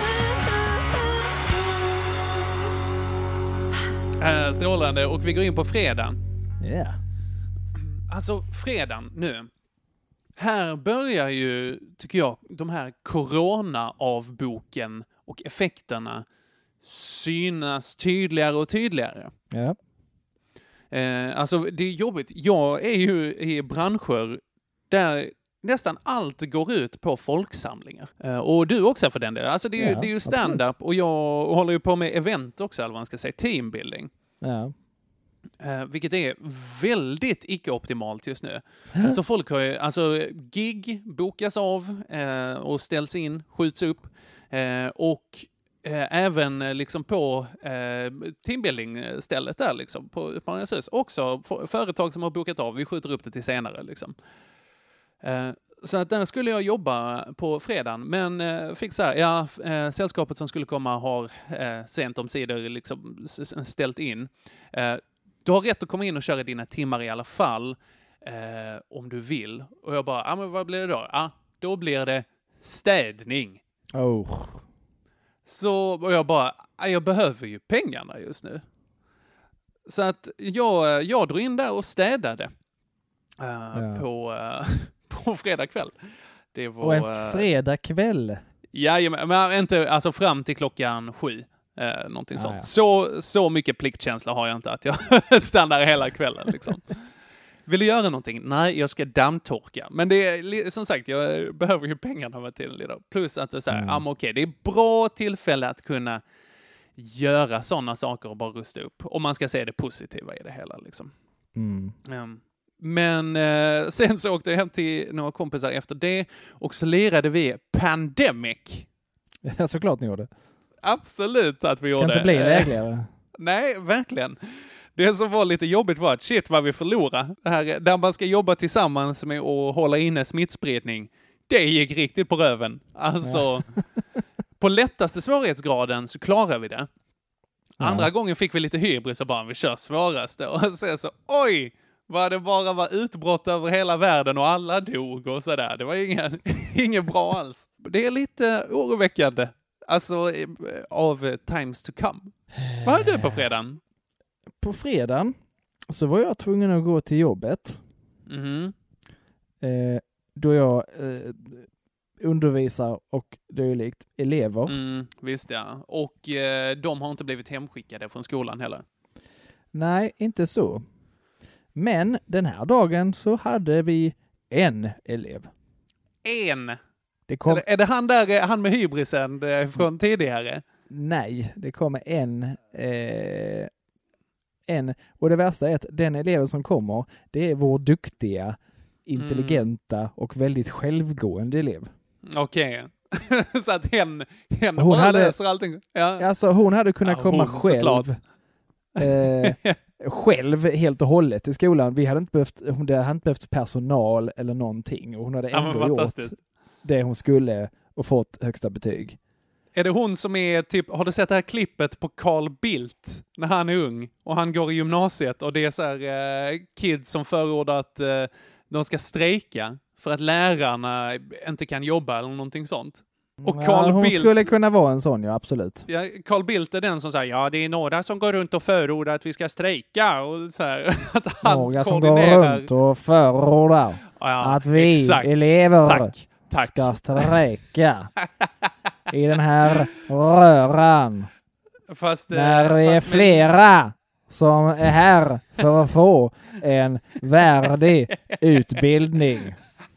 Strålande. Och vi går in på fredag. Ja. Yeah. Alltså, fredagen nu. Här börjar ju, tycker jag, de här corona-avboken och effekterna synas tydligare och tydligare. Ja. Alltså, det är jobbigt. Jag är ju i branscher där nästan allt går ut på folksamlingar. Och du också för den delen. Alltså, det är ju stand-up och jag håller ju på med event också, eller vad man ska säga, teambuilding. Ja. Vilket är väldigt icke-optimalt just nu. Så folk har ju, alltså gig bokas av och ställs in, skjuts upp. Och även liksom på teambuilding-stället där liksom, på Paris också företag som har bokat av, vi skjuter upp det till senare liksom. Så att där skulle jag jobba på fredagen, men fick så här, sällskapet som skulle komma har sent om sidor liksom ställt in. Du har rätt att komma in och köra dina timmar i alla fall, om du vill. Och jag bara, men vad blir det då? Då blir det städning. Oh. Så och jag bara, jag behöver ju pengarna just nu. Så att jag drog in där och städade på fredag kväll. Det var, och en fredag kväll? Ja, men inte alltså fram till klockan 7. Någonting sånt. Så mycket pliktkänsla har jag inte att jag stannar hela kvällen liksom. Vill du göra någonting? Nej, jag ska dammtorka. Men det är som sagt, jag behöver ju pengarna med till det. Plus att det är så här, okej, det är bra tillfälle att kunna göra sådana saker och bara rusta upp. Om man ska se det positiva i det hela liksom. Men sen så åkte jag hem till några kompisar efter det och så lirade vi Pandemic. Ja, såklart ni gjorde. Absolut att vi gjorde. Kan inte bli lägligare. Nej, verkligen. Det som var lite jobbigt var att shit vad vi förlorade. Det här, där man ska jobba tillsammans med att hålla inne smittspridning. Det gick riktigt på röven. Alltså, på lättaste svårighetsgraden så klarar vi det. Andra gången fick vi lite hybris och bara vi kör svåraste. Och sen så, oj! Vad det bara var utbrott över hela världen och alla dog och sådär. Det var ingen bra alls. Det är lite oroväckande. Alltså, av times to come. Vad hade du på fredagen? På fredagen så var jag tvungen att gå till jobbet. Då jag undervisar och dylikt elever. Visst ja. Och de har inte blivit hemskickade från skolan heller. Nej, inte så. Men den här dagen så hade vi en elev. En? Är det han med hybrisen från tidigare? Nej, det kommer en. Och det värsta är att den eleven som kommer, det är vår duktiga, intelligenta och väldigt självgående elev. Okej. Så att hen hon hade, löser allting. Ja. Alltså hon hade kunnat komma själv. Själv helt och hållet till skolan. Hon hade inte behövt personal eller någonting. Och hon hade ändå gjort det hon skulle och fått högsta betyg. Är det hon som är typ, har du sett det här klippet på Carl Bildt när han är ung och han går i gymnasiet och det är så här kids som förordar att de ska strejka för att lärarna inte kan jobba eller någonting sånt. Och hon Bildt, skulle kunna vara en sån, ja absolut. Ja, Carl Bildt är den som säger, det är några som går runt och förordar att vi ska strejka och så här, att han några som går runt och förordar att vi elever ska strejka i den här röran. När vi är flera som är här för att få en värdig utbildning.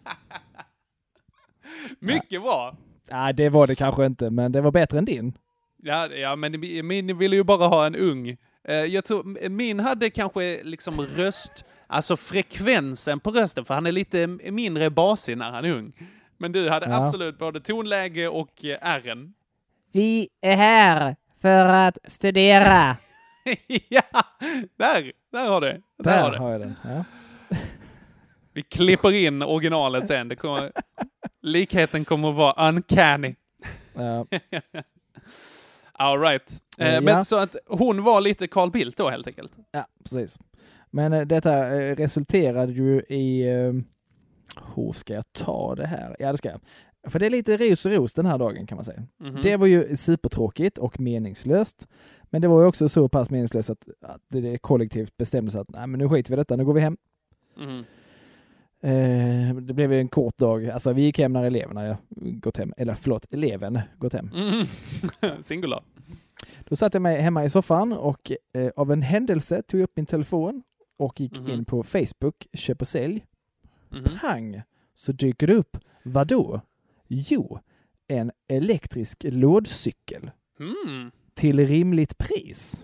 Mycket bra. Nej, det var det kanske inte, men det var bättre än din. Ja, men min ville ju bara ha en ung. Jag tror min hade kanske liksom alltså frekvensen på rösten, för han är lite mindre basig när han är ung. Men du hade absolut både tonläge och R:en. Vi är här för att studera Ja, där har du. Där har jag den. Ja. Vi klipper in originalet sen. Likheten kommer att vara uncanny. Ja. All right. Men så att hon var lite Carl Bildt då helt enkelt. Ja, precis. Men detta resulterade ju i... hur ska jag ta det här? Ja, det ska jag. För det är lite ros och ros den här dagen kan man säga. Mm-hmm. Det var ju supertråkigt och meningslöst. Men det var ju också så pass meningslöst att det kollektivt bestämde sig att nej, men nu skiter vi i detta, nu går vi hem. Mm. Det blev en kort dag. Alltså vi gick hem när eleven gått hem. Mm. Singular. Då satt jag mig hemma i soffan och av en händelse tog jag upp min telefon och gick in på Facebook, köp och sälj. Pang! Så dyker det upp, vadå? Jo, en elektrisk lådcykel. Till rimligt pris.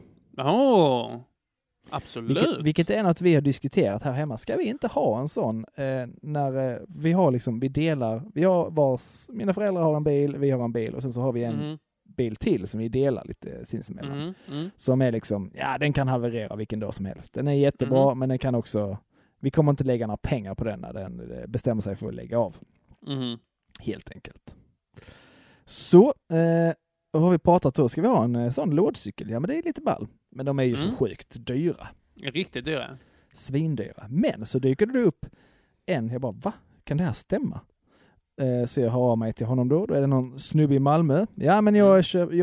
Absolut. Vilket är något vi har diskuterat här hemma. Ska vi inte ha en sån när vi har liksom, vi delar, mina föräldrar har en bil, vi har en bil och sen så har vi en bil till som vi delar lite sinsemellan. Som är liksom, den kan haverera vilken dag som helst. Den är jättebra men den kan också, vi kommer inte lägga några pengar på den när den bestämmer sig för att lägga av. Helt enkelt. Så har vi pratat då, ska vi ha en sån lådcykel? Ja men det är lite ball. Men de är ju så sjukt dyra. Riktigt dyra. Svindyra. Men så dyker det upp jag bara, va? Kan det här stämma? Så jag hör av mig till honom då. Då är det någon snubbe i Malmö. Ja men jag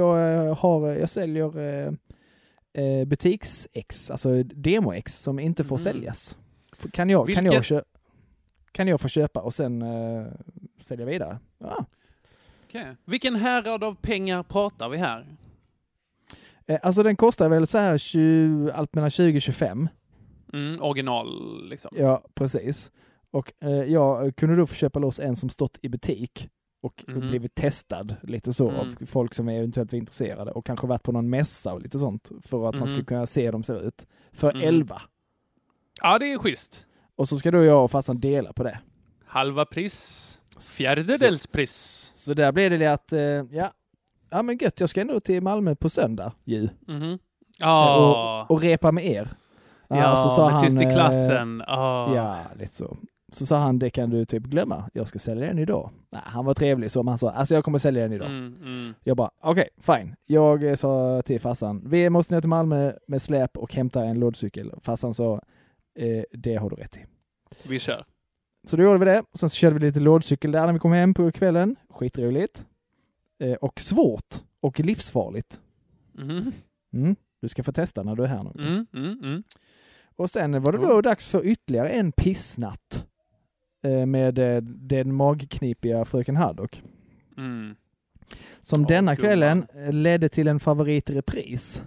säljer butiks-X, alltså demo-X som inte får säljas. Kan jag få köpa och sen sälja vidare? Ja. Okay. Vilken härad av pengar pratar vi här? Alltså den kostar väl så här allt mellan 20-25. Original liksom. Ja, precis. Och jag kunde då få köpa loss en som stått i butik och blivit testad lite så av folk som är eventuellt intresserade och kanske varit på någon mässa och lite sånt för att man ska kunna se hur de ser ut. För 11. Ja, det är schysst. Och så ska då jag och farsan dela på det. Halva pris. Fjärdedels pris. Så där blev det att ja men gött, jag ska ändå till Malmö på söndag ju. Och repa med er. Ja, så sa med tyst i klassen. Ja, lite så. Så sa han, det kan du typ glömma. Jag ska sälja den idag. Nej, han var trevlig så, men han sa, alltså jag kommer sälja den idag. Jag bara, okej, fine. Jag sa till farsan, vi måste ner till Malmö med släp och hämta en lådcykel. Farsan sa, det har du rätt i. Vi kör. Så då gjorde vi det. Sen så körde vi lite lådcykel där när vi kom hem på kvällen. Skitroligt. Och svårt och livsfarligt. Du ska få testa när du är här nu. Och sen var det då dags för ytterligare en pissnatt med den magknipiga fröken Haddock. Som denna kvällen ledde till en favoritrepris.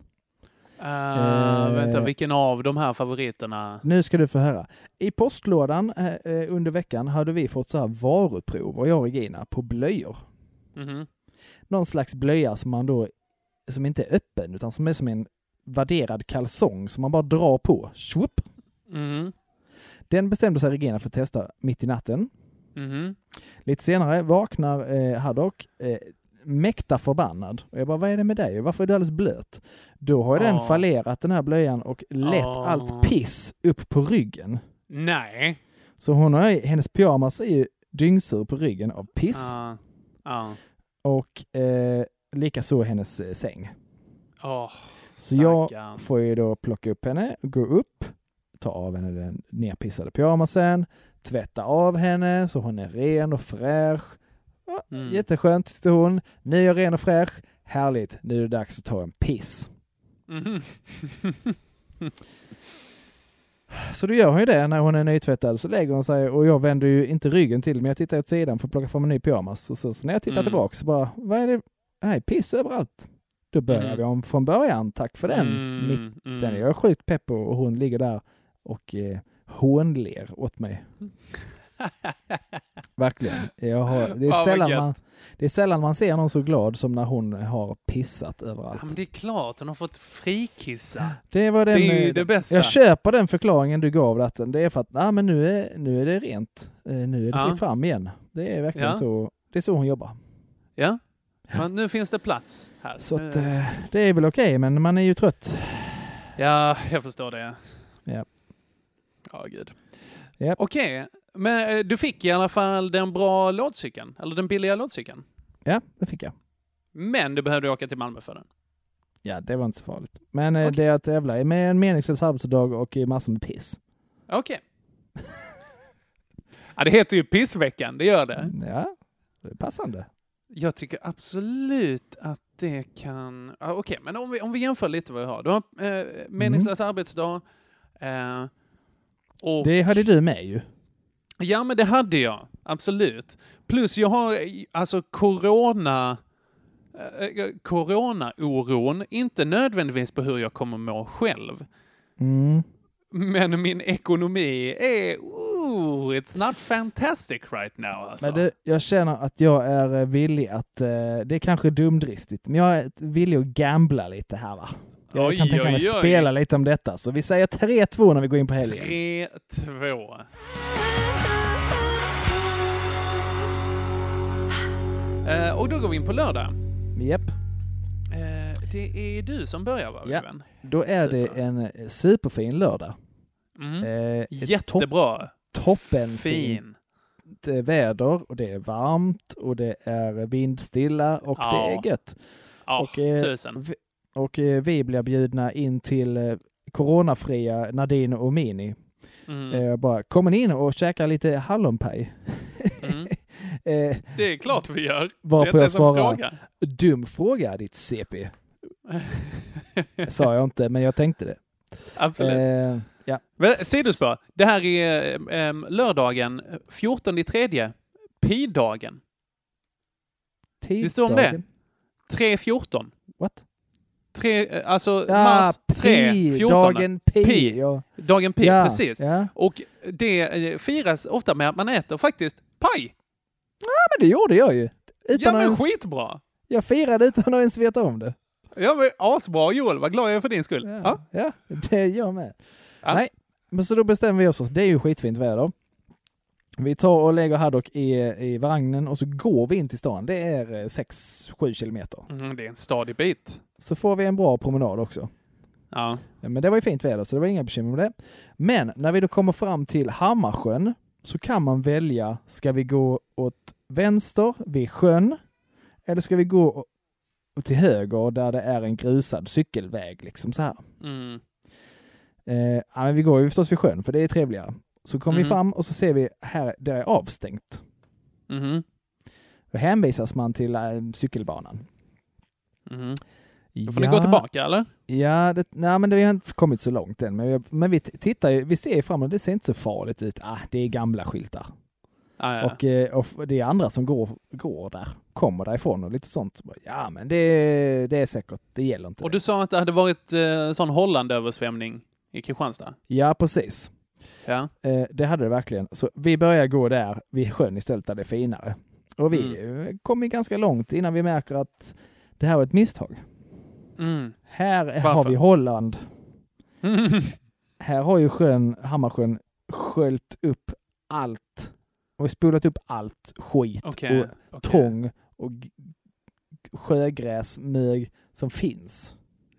Vänta, vilken av de här favoriterna? Nu ska du få höra. I postlådan under veckan hade vi fått så här varuprov och jag och Regina på blöjor. Någon slags blöja som inte är öppen utan som är som en värderad kalsong som man bara drar på. Swoop. Den bestämde sig Regina för att testa mitt i natten. Lite senare vaknar Haddock mäkta förbannad. Och jag bara, vad är det med dig? Varför är du alldeles blöt? Då har den fallerat den här blöjan och lett allt piss upp på ryggen. Nej. Så hennes pyjamas är ju dyngsur på ryggen av piss. Och lika så hennes säng. Så jag får ju då plocka upp henne, gå upp, ta av henne den nerpissade pyjamasen, tvätta av henne så hon är ren och fräsch. Jätteskönt tyckte hon. Nu är jag ren och fräsch. Härligt. Nu är det dags att ta en piss. Så då gör hon ju det när hon är nytvättad. Så lägger hon sig och jag vänder ju inte ryggen till men jag tittar åt sidan för att plocka fram en ny pyjamas. Och så när jag tittar tillbaka så bara, vad är det? Nej, piss överallt. Då börjar vi om från början. Tack för den. Jag är sjukt pepp och hon ligger där och hånler åt mig. Verkligen. Det är sällan man ser någon så glad som när hon har pissat överallt. Ja, men det är klart, hon har fått frikissa. Det är ju det bästa. Jag köper den förklaringen du gav att det är för att men nu är det rent. Nu är det fritt fram igen. Det är verkligen så. Det är så hon jobbar. Ja. Men nu finns det plats här. Så att, det är väl okej, men man är ju trött. Ja, jag förstår det. Ja. Ja, gud. Yep. Okej, men du fick i alla fall den bra lådcykeln, eller den billiga lådcykeln. Ja, det fick jag. Men du behövde åka till Malmö för den. Ja, det var inte så farligt. Men det är att tävla med en meningslös arbetsdag och massor med piss. Okej. Ja, det heter ju pissveckan, det gör det. Ja, det är passande. Jag tycker absolut att det kan... Okej, men om vi jämför lite vad vi har. Du har meningslös arbetsdag. Och... Det hade du med ju. Ja, men det hade jag. Absolut. Plus jag har alltså corona-oron. Inte nödvändigtvis på hur jag kommer må själv. Mm. Men min ekonomi är... it's not fantastic right now. Alltså. Men jag känner att jag är villig att... det är kanske dumdristigt, men jag är villig att gambla lite här, va? Jag kan tänka mig spela lite om detta. Så vi säger 3-2 när vi går in på helgen. 3-2. Och då går vi in på lördag. Japp. Det är du som börjar, va? Ja. Då är det en superfin lördag. Jättebra. Toppenfint väder, och det är varmt och det är vindstilla och det är gött. Ja, och, tusen. Och vi blir bjudna in till coronafria Nadine och Mini. Bara kommer in och käkar lite hallonpaj. Det är klart vi gör. Varpå jag svarar, dum fråga ditt CP. Sa jag inte, men jag tänkte det. Absolut. Ja. Sidospår, det här är lördagen 14/3, pi-dagen. Visst om det? 3/14. What? mars 3/14. Dagen pi. Ja. Dagen pi, ja, precis. Ja. Och det firas ofta med att man äter faktiskt paj. Ja, men det gjorde jag ju. Skitbra. Jag firade utan att ens veta om det. Ja, men asbra, Joel. Vad glad jag är för din skull. Ja, det är jag med. Ja. Nej, men så då bestämmer vi oss. Det är ju skitfint väder. Vi tar och lägger Haddock i vagnen och så går vi in till stan. Det är 6-7 kilometer. Det är en stadig bit. Så får vi en bra promenad också. Ja. Men det var ju fint väder, så det var inga bekymmer med det. Men när vi då kommer fram till Hammarsjön så kan man välja, ska vi gå åt vänster vid sjön eller ska vi gå till höger där det är en grusad cykelväg liksom så här. Men vi går ju förstås vid sjön för det är trevligare. Så kommer vi fram och så ser vi här, det är avstängt. Då hänvisas man till cykelbanan. Då får ni gå tillbaka, eller? Ja, men vi har inte kommit så långt än. Men vi tittar ju, vi ser fram och det ser inte så farligt ut. Det är gamla skyltar. Ja. Och det är andra som går där, kommer därifrån och lite sånt. Ja, men det är säkert, det gäller inte. Och du sa att det hade varit sån Holland-översvämning i Kristianstad? Ja, precis. Ja. Det hade det verkligen. Så vi börjar gå där vid sjön istället där det är finare. Och vi kommer ganska långt innan vi märker att det här var ett misstag. Här har vi Holland. Här har ju Hammarsjön sköljt upp allt och spolat upp allt skit och tång och sjögräsmög som finns.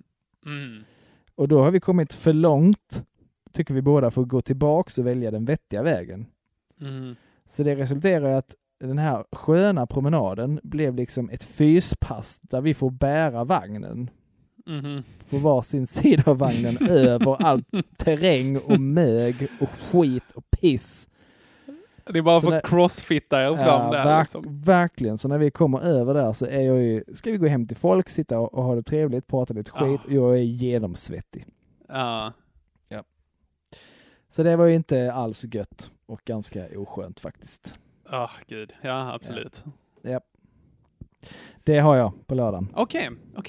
Och då har vi kommit för långt, tycker vi båda, för att gå tillbaka och välja den vettiga vägen. Så det resulterar i att den här sköna promenaden blev liksom ett fyspass där vi får bära vagnen på varsin sida av vagnen över all terräng och mög och skit och piss. Det är bara för att crossfitta er fram där. Liksom. Verkligen. Så när vi kommer över där så är jag ju, ska vi gå hem till folk, sitta och ha det trevligt, prata lite skit och jag är genomsvettig. Ja. Så det var ju inte alls gött och ganska oskönt faktiskt. Gud. Ja, absolut. Ja. Det har jag på lördagen. Okej.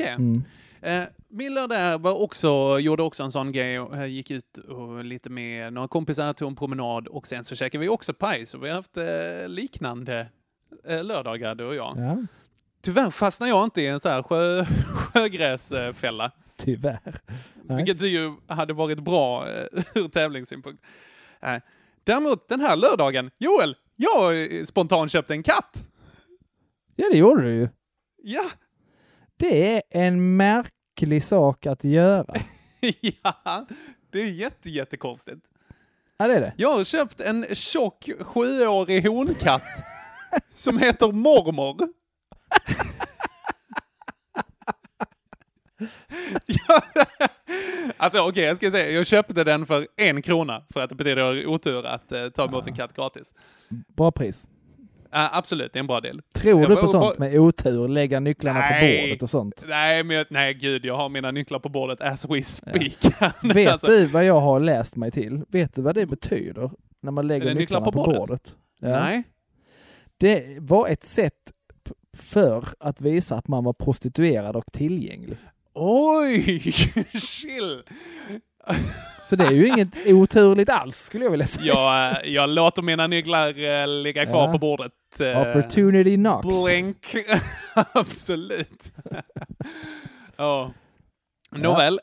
Min lördag gjorde också en sån grej och gick ut och lite med några kompisar, tog en promenad och sen så käkade vi också paj, så vi har haft liknande lördagar du och jag. Ja. Tyvärr fastnade jag inte i en så här sjögräsfälla. Tyvärr. Vilket ju hade varit bra ur tävlingssynpunkt. Däremot den här lördagen, Joel, jag spontant köpte en katt. Ja, det gjorde du ju. Ja. Det är en märklig sak att göra. Ja, det är jättekonstigt. Ja, det är det. Jag har köpt en tjock 7-årig honkatt som heter Mormor. Alltså okej, jag ska säga, jag köpte den för 1 krona för att det betyder otur att ta emot en katt gratis. Bra pris. Absolut, det är en bra del. Tror du på sånt med otur, lägga nycklarna på bordet och sånt? Nej gud, jag har mina nycklar på bordet as we speak. Vet alltså, du vad jag har läst mig till? Vet du vad det betyder när man lägger nycklarna på bordet? Ja. Nej. Det var ett sätt för att visa att man var prostituerad och tillgänglig. Oj, chill! Så det är ju inget oturligt alls, skulle jag vilja säga. Jag låter mina nycklar ligga kvar på bordet. Opportunity knocks. Blink. Absolut. Ja. Nåväl,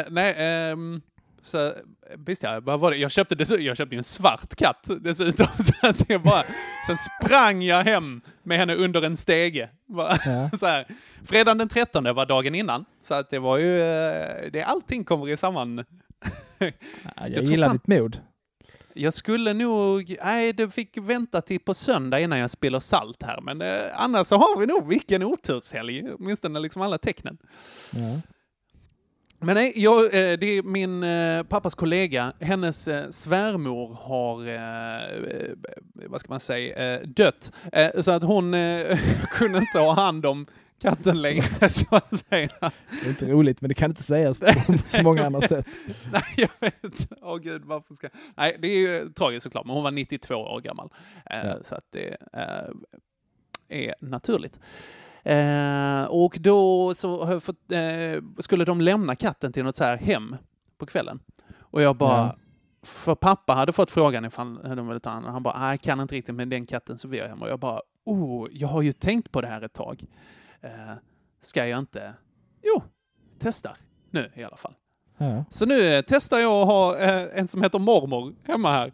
så visst vad var det? Jag köpte ju en svart katt dessutom, så att det bara, sen sprang jag hem med henne under en stege. Så här. Fredagen den 13 var dagen innan, så att det var ju allting kommer i samman. Jag gillar ditt mod. Jag skulle nog, det fick vänta till på söndag innan jag spelar salt här, men annars så har vi nog vilken oturshelg, åtminstone liksom alla tecknen. Ja. Men nej, det är min pappas kollega, hennes svärmor har, vad ska man säga, dött. Så att hon kunde inte ha hand om katten längre, så att säga. Det är inte roligt, men det kan inte sägas på så många andra sätt. Nej, jag vet. Gud, varför ska... Nej, det är ju tragiskt såklart, men hon var 92 år gammal. Så att det är naturligt. Och då så har jag fått, skulle de lämna katten till något så här hem på kvällen. Och jag bara, för pappa hade fått frågan ifall de ville ta hand. Han bara, jag kan inte riktigt med den katten så vi är hemma. Och jag bara, jag har ju tänkt på det här ett tag. Ska jag inte? Jo, testar nu i alla fall. Ja. Så nu testar jag att ha en som heter Mormor hemma här.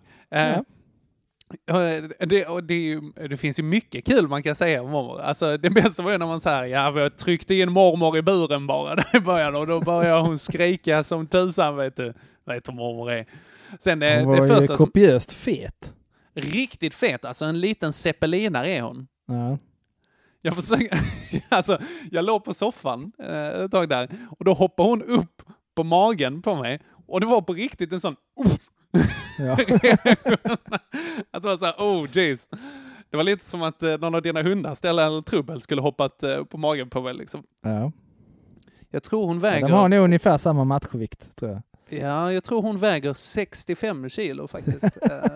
Det finns ju mycket kul man kan säga om mormor. Alltså det bästa var ju när man säger jag tryckte in mormor i buren bara där i början, och då började hon skrika som tusan, vet du. Vad heter mormor är. Sen hon var det första kopiöst fet. Riktigt fet, alltså en liten zeppelinare är hon. Ja. Jag försöker, alltså jag låg på soffan ett tag där, och då hoppade hon upp på magen på mig, och det var på riktigt en sån Ja. att det var så här, jeez. Det var lite som att någon av dina hundar, Stella eller Trubbel, skulle hoppat på magen på mig liksom. Ja. Jag tror hon väger... De har nog ungefär samma matchvikt, tror jag. Ja, jag tror hon väger 65 kilo faktiskt.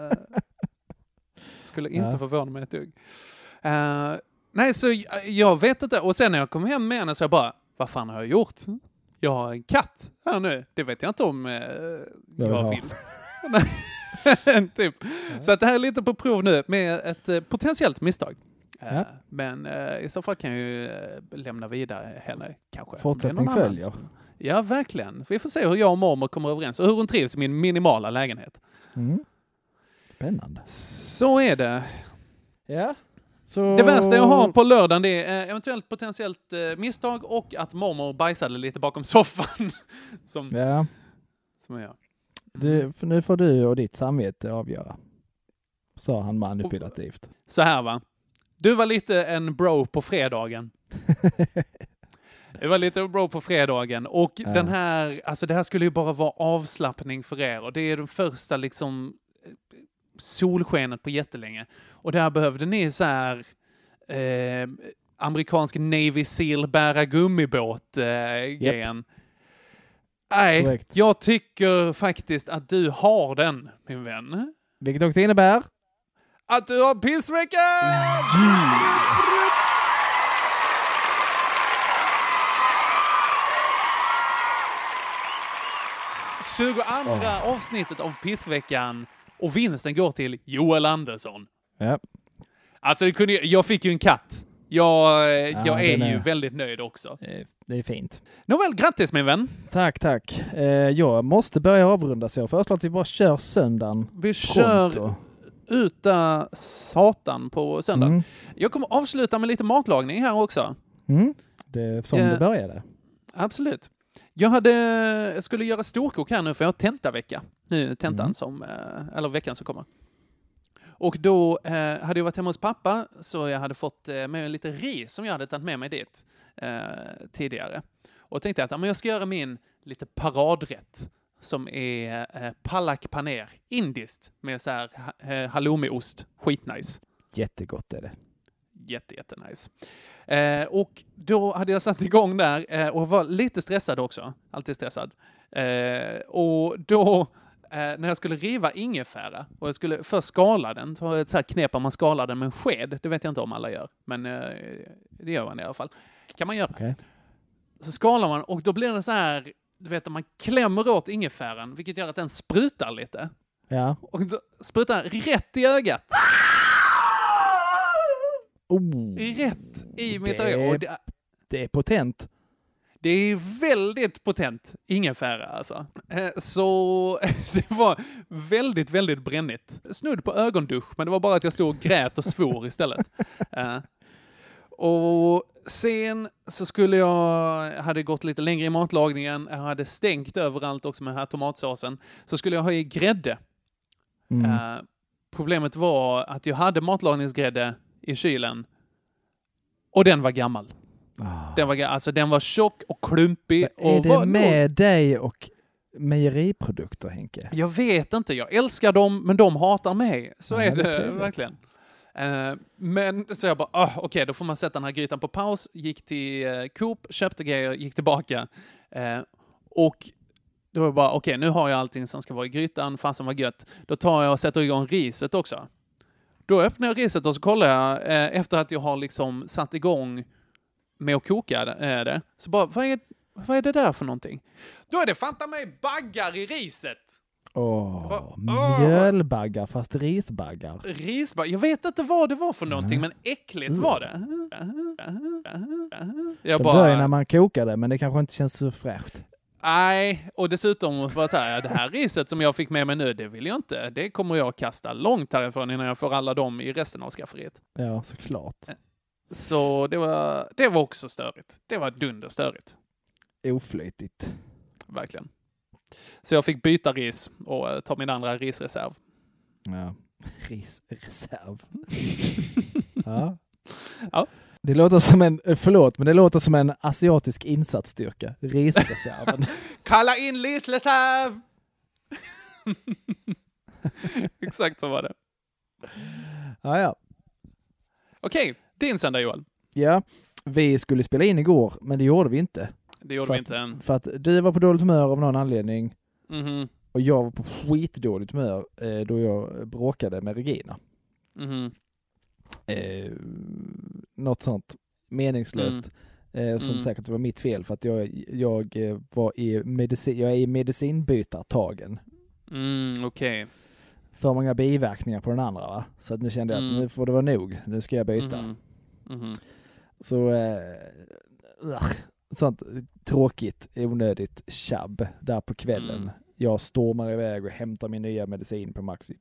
Skulle inte förvåna mig ett dugg. Nej, så jag vet inte. Och sen när jag kom hem med henne så jag bara, vad fan har jag gjort? Jag har en katt här nu. Det vet jag inte om jag vill. Typ. Så att det här är lite på prov nu med ett potentiellt misstag. Men i så fall kan jag ju lämna vidare henne kanske. Fortsättning följer. Ja, verkligen. Vi får se hur jag och mormor kommer överens och hur hon trivs i min minimala lägenhet. Spännande. Så är det. Ja. Så... Det värsta jag har på lördagen, det är eventuellt potentiellt misstag och att mormor bajsade lite bakom soffan. som jag gör. Nu får du och ditt samvete avgöra, sa han manipulativt. Så här va. Du var lite en bro på fredagen. Du var lite en bro på fredagen. Och den här, alltså det här skulle ju bara vara avslappning för er. Och det är den första liksom solskenet på jättelänge. Och där behövde ni så här amerikansk Navy Seal bära gummibåt grejen. Nej, korrekt. Jag tycker faktiskt att du har den, min vän. Vilket också innebär att du har pissveckan! 22 avsnittet av pissveckan, och vinsten går till Joel Andersson. Ja. Alltså jag fick ju en katt. Jag är ju väldigt nöjd också. Det är fint. Nåväl, grattis min vän. Tack. Jag måste börja avrunda, så jag föreslår att vi bara kör söndagen. Vi kör uta satan på söndagen. Jag kommer avsluta med lite matlagning här också. Det är som det började. Absolut. Jag skulle göra storkok här nu för jag har tentavecka. Nu tentan eller veckan som kommer. Och då hade jag varit hemma hos pappa så jag hade fått med mig lite ris som jag hade tagit med mig dit tidigare. Och tänkte att jag ska göra min lite paradrätt som är palak paner, indiskt med så här halloumiost. Skitnice. Jättegott är det. Jättenice. Och då hade jag satt igång där och var lite stressad också. Alltid stressad. Och då när jag skulle riva ingefära och jag skulle först skala den, det var ett så här knep att man skalar den med en sked. Det vet jag inte om alla gör, men det gör man i alla fall. Kan man göra. Okay. Så skalar man och då blir det så här, du vet att man klämmer åt ingefäran, vilket gör att den sprutar lite. Ja. Och då sprutar rätt i ögat. Rätt i mitt öga. Det är potent. Det är väldigt potent ingefära alltså. Så det var väldigt, väldigt brännigt. Snudd på ögondusch, men det var bara att jag stod och grät och svor istället. Och sen så hade gått lite längre i matlagningen. Jag hade stängt överallt också med den här tomatsåsen. Så skulle jag ha i grädde. Problemet var att jag hade matlagningsgrädde i kylen. Och den var gammal. Den var tjock och klumpig. Är det med dig och mejeriprodukter, Henke? Jag vet inte. Jag älskar dem, men de hatar mig. Så är det verkligen. Men så jag bara, okej, då får man sätta den här grytan på paus. Gick till Coop, köpte grejer, gick tillbaka. Och då var jag bara, okej, nu har jag allting som ska vara i grytan. Fasen var gött. Då tar jag och sätter igång riset också. Då öppnar jag riset och så kollar jag efter att jag har liksom satt igång med att koka det. Så bara, vad är det där för någonting? Då är det fanta mig baggar i riset. Mjölbaggar fast risbaggar. Risbaggar. Jag vet inte vad det var för någonting, men äckligt var det. Det börjar när man kokar det, men det kanske inte känns så fräscht. Nej, och dessutom var det här, det här riset som jag fick med mig nu, det vill jag inte. Det kommer jag kasta långt härifrån innan jag får alla dem i resten av skafferiet. Ja, såklart. Så det var också störigt. Det var dunderstörigt. Oflytigt. Verkligen. Så jag fick byta ris och ta min andra risreserv. Ja, risreserv. Ja. Det låter som en asiatisk insatsstyrka. Risreserven. Kalla in risreserv! Exakt så var det. Ja. Okej, din söndag, Joel. Ja, vi skulle spela in igår, men det gjorde vi inte. Det gjorde vi inte än. För att du var på dåligt humör av någon anledning. Mm-hmm. Och jag var på skitdåligt humör då jag bråkade med Regina. Mm-hmm. Något sånt meningslöst. Som säkert var mitt fel för att jag är i medicinbytartagen. Okej. För många biverkningar på den andra, va? Så att nu kände jag att nu får det vara nog. Nu ska jag byta. Så sånt tråkigt, onödigt tjabb där på kvällen. Jag stormar iväg och hämtar min nya medicin på Maxi.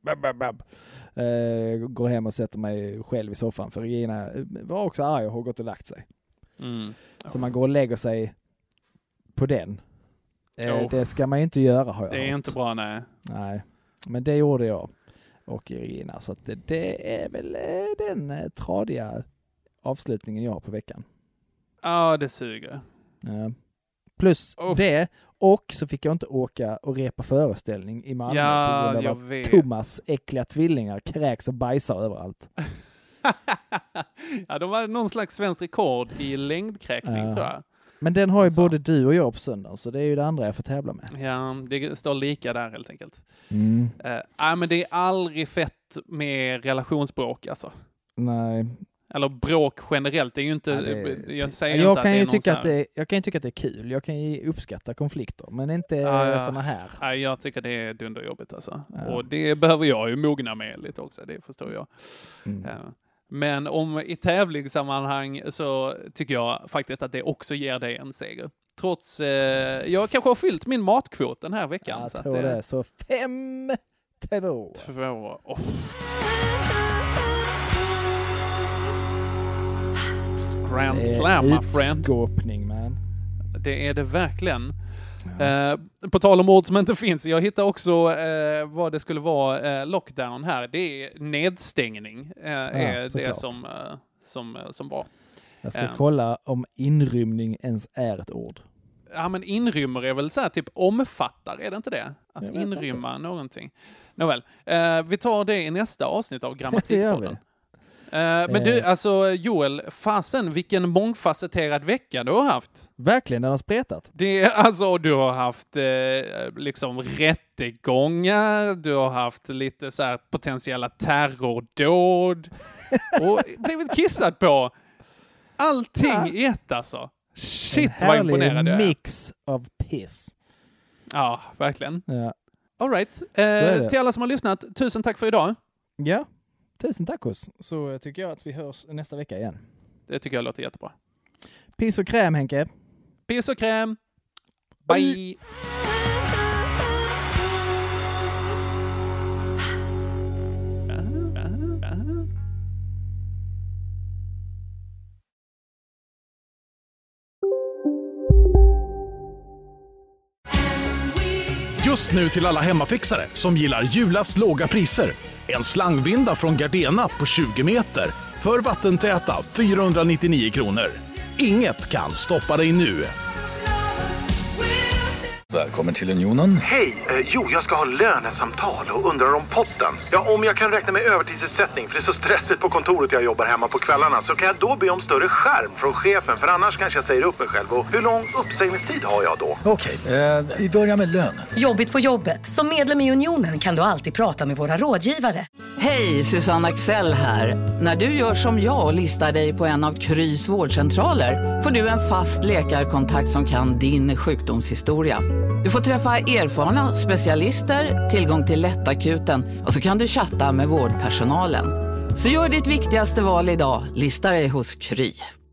Går hem och sätter mig själv i soffan. För Regina var också arg och har gått och lagt sig. Så man går och lägger sig på den. Det ska man ju inte göra, har jag hört. Det är inte bra, nej. Nej, men det gjorde jag och Regina. Så att det är väl den tradiga avslutningen jag har på veckan. Ja, det suger. Ja. Plus det, och så fick jag inte åka och repa föreställning i Malmö på grund av att Thomas äckliga tvillingar kräks och bajsar överallt. Ja, de var någon slags svensk rekord i längdkräkning, tror jag. Men den har ju både du och jag på söndag, så det är ju det andra jag får tävla med. Ja, det står lika där helt enkelt. Men det är aldrig fett med relationsbråk, alltså. Nej. Eller bråk generellt, det är ju inte... Jag kan ju tycka att det är kul. Jag kan ju uppskatta konflikter, men inte såna här. Ja, jag tycker det är dunderjobbigt alltså. Ja. Och det behöver jag ju mogna med lite också, det förstår jag. Men i tävlingssammanhang så tycker jag faktiskt att det också ger dig en seger. Trots, jag kanske har fyllt min matkvot den här veckan. Jag tror det. Så 5-2. 2. Grand Slam, my friend. Utskåpning, man. Det är det verkligen. På tal om ord som inte finns. Jag hittar också vad det skulle vara lockdown här. Det är nedstängning. Är det som var. Jag ska kolla om inrymning ens är ett ord. Ja, men inrymmer är väl så här typ omfattar, är det inte det? Att inrymma någonting. Nåväl, vi tar det i nästa avsnitt av Grammatikpodden. Men du, alltså Joel, fasen vilken mångfacetterad vecka du har haft. Verkligen, den har spretat. Det är alltså, du har haft liksom rättegångar, du har haft lite så här potentiella terrordåd och blivit kissad på. Allting i ett alltså. Shit, vad imponerad jag är. En mix av piss. Ja, verkligen. Ja. All right. Till alla som har lyssnat, tusen tack för idag. Ja, tusen tack oss. Så tycker jag att vi hörs nästa vecka igen. Det tycker jag låter jättebra. Piss och kräm, Henke. Piss och kräm. Bye. Just nu till alla hemmafixare som gillar Julas låga priser. En slangvinda från Gardena på 20 meter för vattentäta 499 kronor. Inget kan stoppa dig nu. Välkommen till Unionen. Hej! Jag ska ha lönesamtal och undrar om potten. Ja, om jag kan räkna med övertidsersättning för det är så stressigt på kontoret jag jobbar hemma på kvällarna, så kan jag då be om större skärm från chefen, för annars kanske jag säger upp mig själv. Och hur lång uppsägningstid har jag då? Okej, vi börjar med lön. Jobbigt på jobbet. Som medlem i Unionen kan du alltid prata med våra rådgivare. Hej, Susanne Axel här. När du gör som jag och listar dig på en av Krys vårdcentraler får du en fast läkarkontakt som kan din sjukdomshistoria. Du får träffa erfarna specialister, tillgång till lättakuten och så kan du chatta med vårdpersonalen. Så gör ditt viktigaste val idag, lista dig hos Kry.